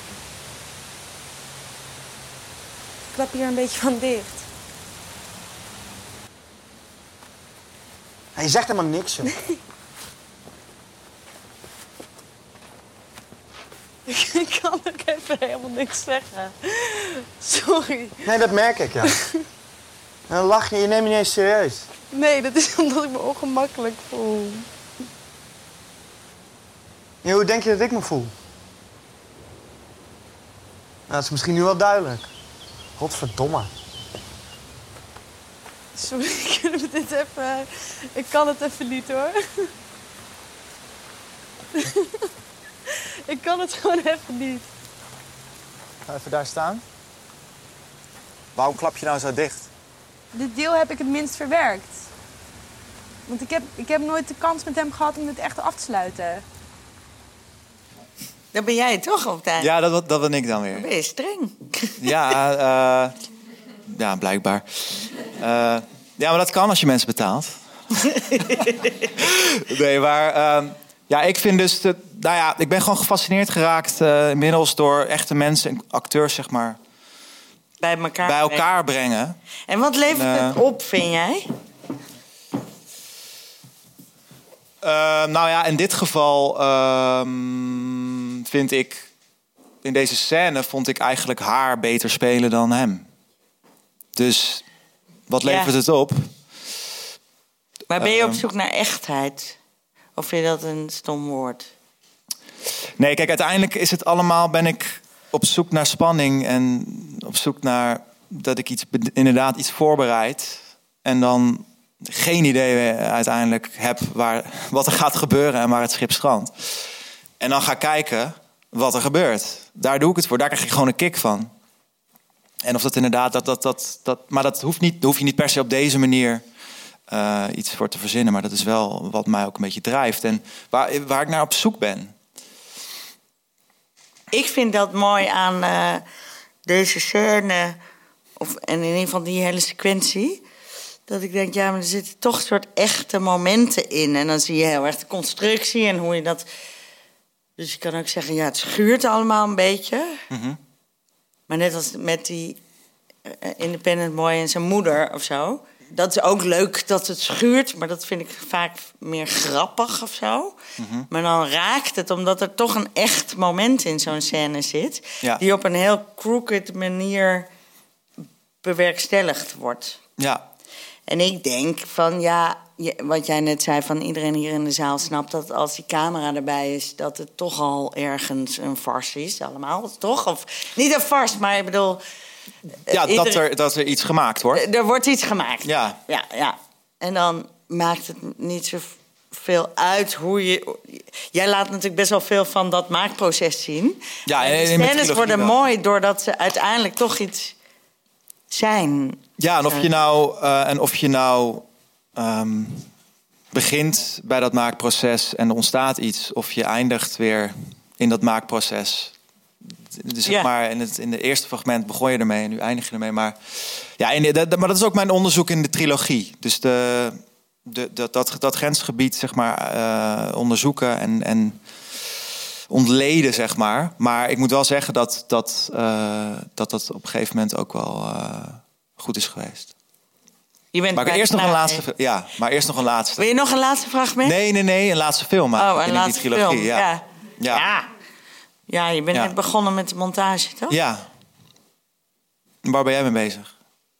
Ik klap hier een beetje van dicht. Je zegt helemaal niks, joh. Ik kan ook even helemaal niks zeggen. Sorry. Nee, dat merk ik, ja. En dan lach je, je neemt me niet eens serieus. Nee, dat is omdat ik me ongemakkelijk voel. Ja, hoe denk je dat ik me voel? Nou, dat is misschien nu wel duidelijk. Godverdomme. Sorry, kunnen we dit even... Ik kan het even niet, hoor. Ik kan het gewoon even niet. Ga even daar staan. Waarom klap je nou zo dicht? Dit deel heb ik het minst verwerkt. Want ik heb, ik heb nooit de kans met hem gehad om dit echt af te sluiten. Dan ben jij toch op tijd? Ja, dat, dat ben ik dan weer. Dan ben je streng. Ja, uh, ja blijkbaar. Uh, ja, maar dat kan als je mensen betaalt. Nee, maar... Uh, ja, ik vind dus... De, nou ja, ik ben gewoon gefascineerd geraakt... Uh, inmiddels door echte mensen en acteurs, zeg maar... Bij elkaar, bij elkaar brengen. brengen. En wat levert en, uh, het op, vind jij? Uh, nou ja, in dit geval... Uh, vind ik... In deze scène vond ik eigenlijk haar beter spelen dan hem. Dus wat levert ja. het op? Maar ben je op zoek naar echtheid? Of vind je dat een stom woord? Nee, kijk, uiteindelijk is het allemaal... ben ik op zoek naar spanning en op zoek naar... dat ik iets, inderdaad iets voorbereid... en dan geen idee uiteindelijk heb waar, wat er gaat gebeuren... en waar het schip strandt. En dan ga kijken wat er gebeurt. Daar doe ik het voor. Daar krijg ik gewoon een kick van. En of dat inderdaad... Dat, dat, dat, dat, maar dat hoeft niet, daar hoef je niet per se op deze manier... Uh, iets voor te verzinnen. Maar dat is wel wat mij ook een beetje drijft. En waar, waar ik naar op zoek ben. Ik vind dat mooi aan uh, deze scène... Of, en in ieder geval die hele sequentie... dat ik denk, ja, maar er zitten toch een soort echte momenten in. En dan zie je heel erg de constructie en hoe je dat... Dus je kan ook zeggen, ja, het schuurt allemaal een beetje. Mm-hmm. Maar net als met die uh, Independent Boy en zijn moeder of zo... Dat is ook leuk dat het schuurt, maar dat vind ik vaak meer grappig of zo. Mm-hmm. Maar dan raakt het, omdat er toch een echt moment in zo'n scène zit... Ja. Die op een heel crooked manier bewerkstelligd wordt. Ja. En ik denk van, ja, wat jij net zei... van iedereen hier in de zaal snapt dat als die camera erbij is... dat het toch al ergens een farce is, allemaal, toch? Of niet een farce, maar ik bedoel... Ja, Ieder... dat, er, dat er iets gemaakt wordt. Er wordt iets gemaakt. Ja. Ja, ja. En dan maakt het niet zoveel uit hoe je... Jij laat natuurlijk best wel veel van dat maakproces zien. Ja, en de scènes worden wel mooi doordat ze uiteindelijk toch iets zijn. Ja, en of je nou, uh, en of je nou um, begint bij dat maakproces en er ontstaat iets... of je eindigt weer in dat maakproces... Dus zeg Ja. maar in het in de eerste fragment begon je ermee en nu eindig je ermee. Maar ja, en dat, maar dat is ook mijn onderzoek in de trilogie. Dus de, de, dat, dat, dat grensgebied zeg maar uh, onderzoeken en, en ontleden zeg maar. Maar ik moet wel zeggen dat dat, uh, dat, dat op een gegeven moment ook wel uh, goed is geweest. Je bent Maar bij eerst nog een klaar, laatste. hè? Ja, maar eerst nog een laatste. Wil je nog een laatste fragment? Nee, nee, nee, een laatste film maken. Oh, een in laatste die trilogie. film. Ja. Ja. Ja. Ja. Ja, je bent Ja. net begonnen met de montage, toch? Ja. Waar ben jij mee bezig?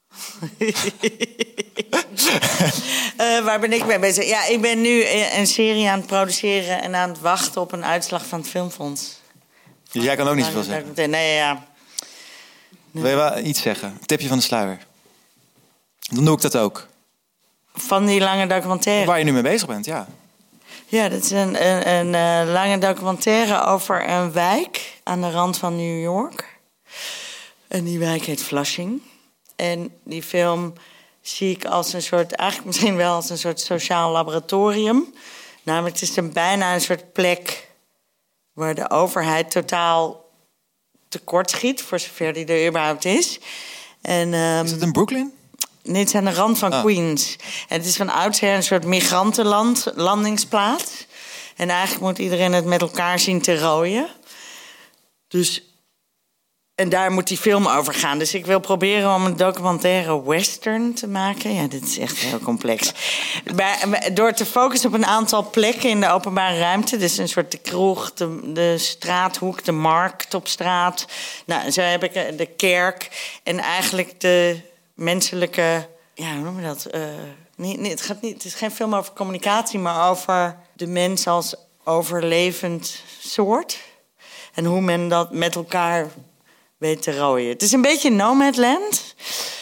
Uh, waar ben ik mee bezig? Ja, ik ben nu een serie aan het produceren en aan het wachten op een uitslag van het Filmfonds. Dus jij kan ook niet zoveel zeggen. Nee, ja. Wil je wel iets zeggen? Een tipje van de sluier. Dan doe ik dat ook. Van die lange documentaire. Waar je nu mee bezig bent, ja. Ja, dat is een, een, een uh, lange documentaire over een wijk aan de rand van New York. En die wijk heet Flushing. En die film zie ik als een soort, eigenlijk misschien wel als een soort sociaal laboratorium. Namelijk, het is een, bijna een soort plek waar de overheid totaal tekort schiet, voor zover die er überhaupt is. En, um, is het in Brooklyn? Nee, het is aan de rand van Oh. Queens. En het is van oudsher een soort migrantenland, landingsplaats. En eigenlijk moet iedereen het met elkaar zien te rooien. Dus, en daar moet die film over gaan. Dus ik wil proberen om een documentaire western te maken. Ja, dit is echt heel complex. Maar, door te focussen op een aantal plekken in de openbare ruimte. Dus een soort de kroeg, de, de straathoek, de markt op straat. Nou, zo heb ik de kerk en eigenlijk de menselijke, ja, hoe noem je dat? Uh, niet, niet, het, gaat niet, het is geen film over communicatie, maar over de mens als overlevend soort. En hoe men dat met elkaar weet te rooien. Het is een beetje Nomadland,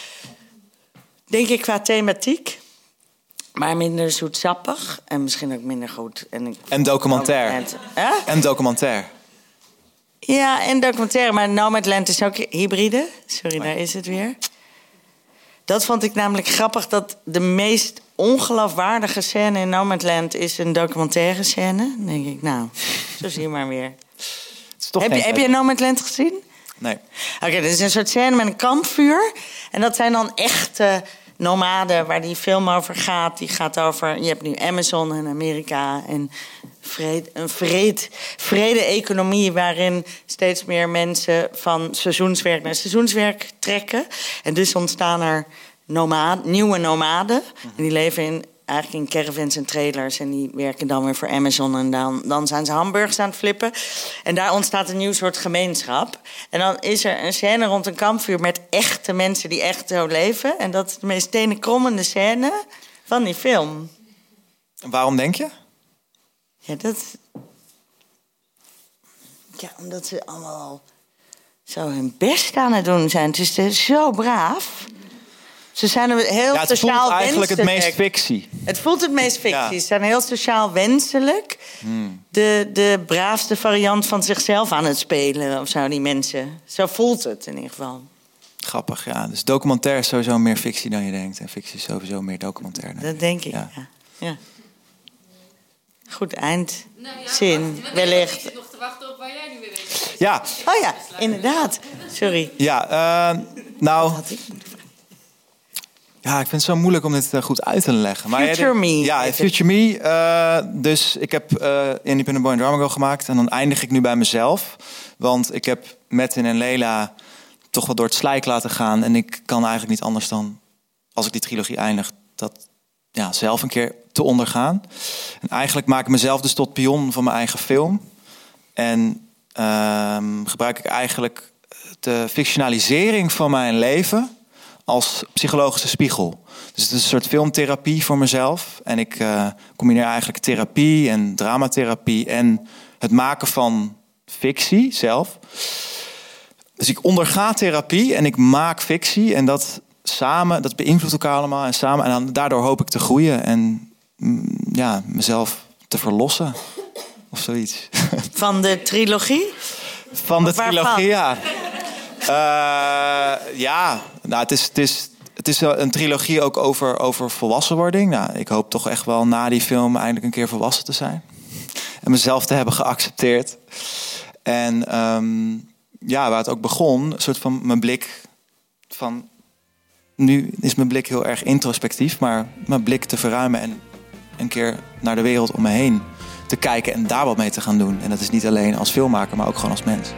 denk ik, qua thematiek. Maar minder zoetsappig en misschien ook minder goed. En, ik En documentaire. Huh? En documentaire. Ja, en documentaire, maar Nomadland is ook hybride. Sorry, daar is het weer. Dat vond ik namelijk grappig, dat de meest ongeloofwaardige scène in Nomadland is een documentaire scène. Dan denk ik, nou, zo zie je maar weer. Heb je, heb je Nomadland gezien? Nee. Oké, okay, dit is een soort scène met een kampvuur. En dat zijn dan echte nomaden waar die film over gaat. Die gaat over, je hebt nu Amazon in Amerika en vrede, een vrede, vrede economie waarin steeds meer mensen van seizoenswerk naar seizoenswerk trekken. En dus ontstaan er nomade, nieuwe nomaden. En die leven in, eigenlijk in caravans en trailers. En die werken dan weer voor Amazon. En dan, dan zijn ze hamburgers aan het flippen. En daar ontstaat een nieuw soort gemeenschap. En dan is er een scène rond een kampvuur met echte mensen die echt zo leven. En dat is de meest tenenkrommende scène van die film. Waarom denk je? Ja, dat... Ja, omdat ze allemaal zo hun best aan het doen zijn. Het is dus zo braaf. Ze zijn heel ja, het sociaal voelt eigenlijk wenselijk. het meest fictie. Het voelt het meest fictie. Ja. Ze zijn heel sociaal wenselijk. Hmm. De, de braafste variant van zichzelf aan het spelen of zo, die mensen. Zo voelt het in ieder geval. Grappig, ja. Dus documentaire is sowieso meer fictie dan je denkt. En fictie is sowieso meer documentaire. Dat denk ik, ja. ja. ja. Goed eindzin, Nou ja, wellicht. Ik zit nog te wachten op waar jij nu mee bezig bent. Ja. Oh ja, inderdaad. Sorry. Ja, uh, nou... Ja, ik vind het zo moeilijk om dit uh, goed uit te leggen. Maar Future Me. Ja, Future Me. Uh, dus ik heb uh, Independent Boy and Drama Girl gemaakt. En dan eindig ik nu bij mezelf. Want ik heb Metin en Leila toch wat door het slijk laten gaan. En ik kan eigenlijk niet anders dan, als ik die trilogie eindig, dat ja, zelf een keer te ondergaan. En eigenlijk maak ik mezelf dus tot pion van mijn eigen film. En uh, gebruik ik eigenlijk de fictionalisering van mijn leven als psychologische spiegel. Dus het is een soort filmtherapie voor mezelf. En ik uh, combineer eigenlijk therapie en dramatherapie en het maken van fictie zelf. Dus ik onderga therapie en ik maak fictie. En dat samen, dat beïnvloedt elkaar allemaal. En samen, en dan, daardoor hoop ik te groeien en mm, ja, mezelf te verlossen. Of zoiets. Van de trilogie? Van de Of waarvan? trilogie, ja. Uh, ja, nou, het is, het is, het is een trilogie ook over, over volwassenwording. Nou, ik hoop toch echt wel na die film eindelijk een keer volwassen te zijn. En mezelf te hebben geaccepteerd. En um, ja, waar het ook begon, een soort van mijn blik van... Nu is mijn blik heel erg introspectief, maar mijn blik te verruimen en een keer naar de wereld om me heen te kijken en daar wat mee te gaan doen. En dat is niet alleen als filmmaker, maar ook gewoon als mens.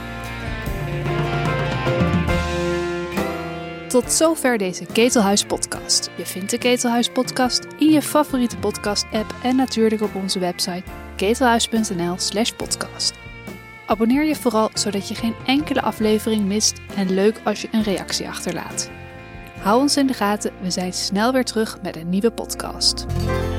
Tot zover deze Ketelhuis podcast. Je vindt de Ketelhuis podcast in je favoriete podcast app en natuurlijk op onze website ketelhuis punt n l slash podcast. Abonneer je vooral zodat je geen enkele aflevering mist en leuk als je een reactie achterlaat. Hou ons in de gaten, we zijn snel weer terug met een nieuwe podcast.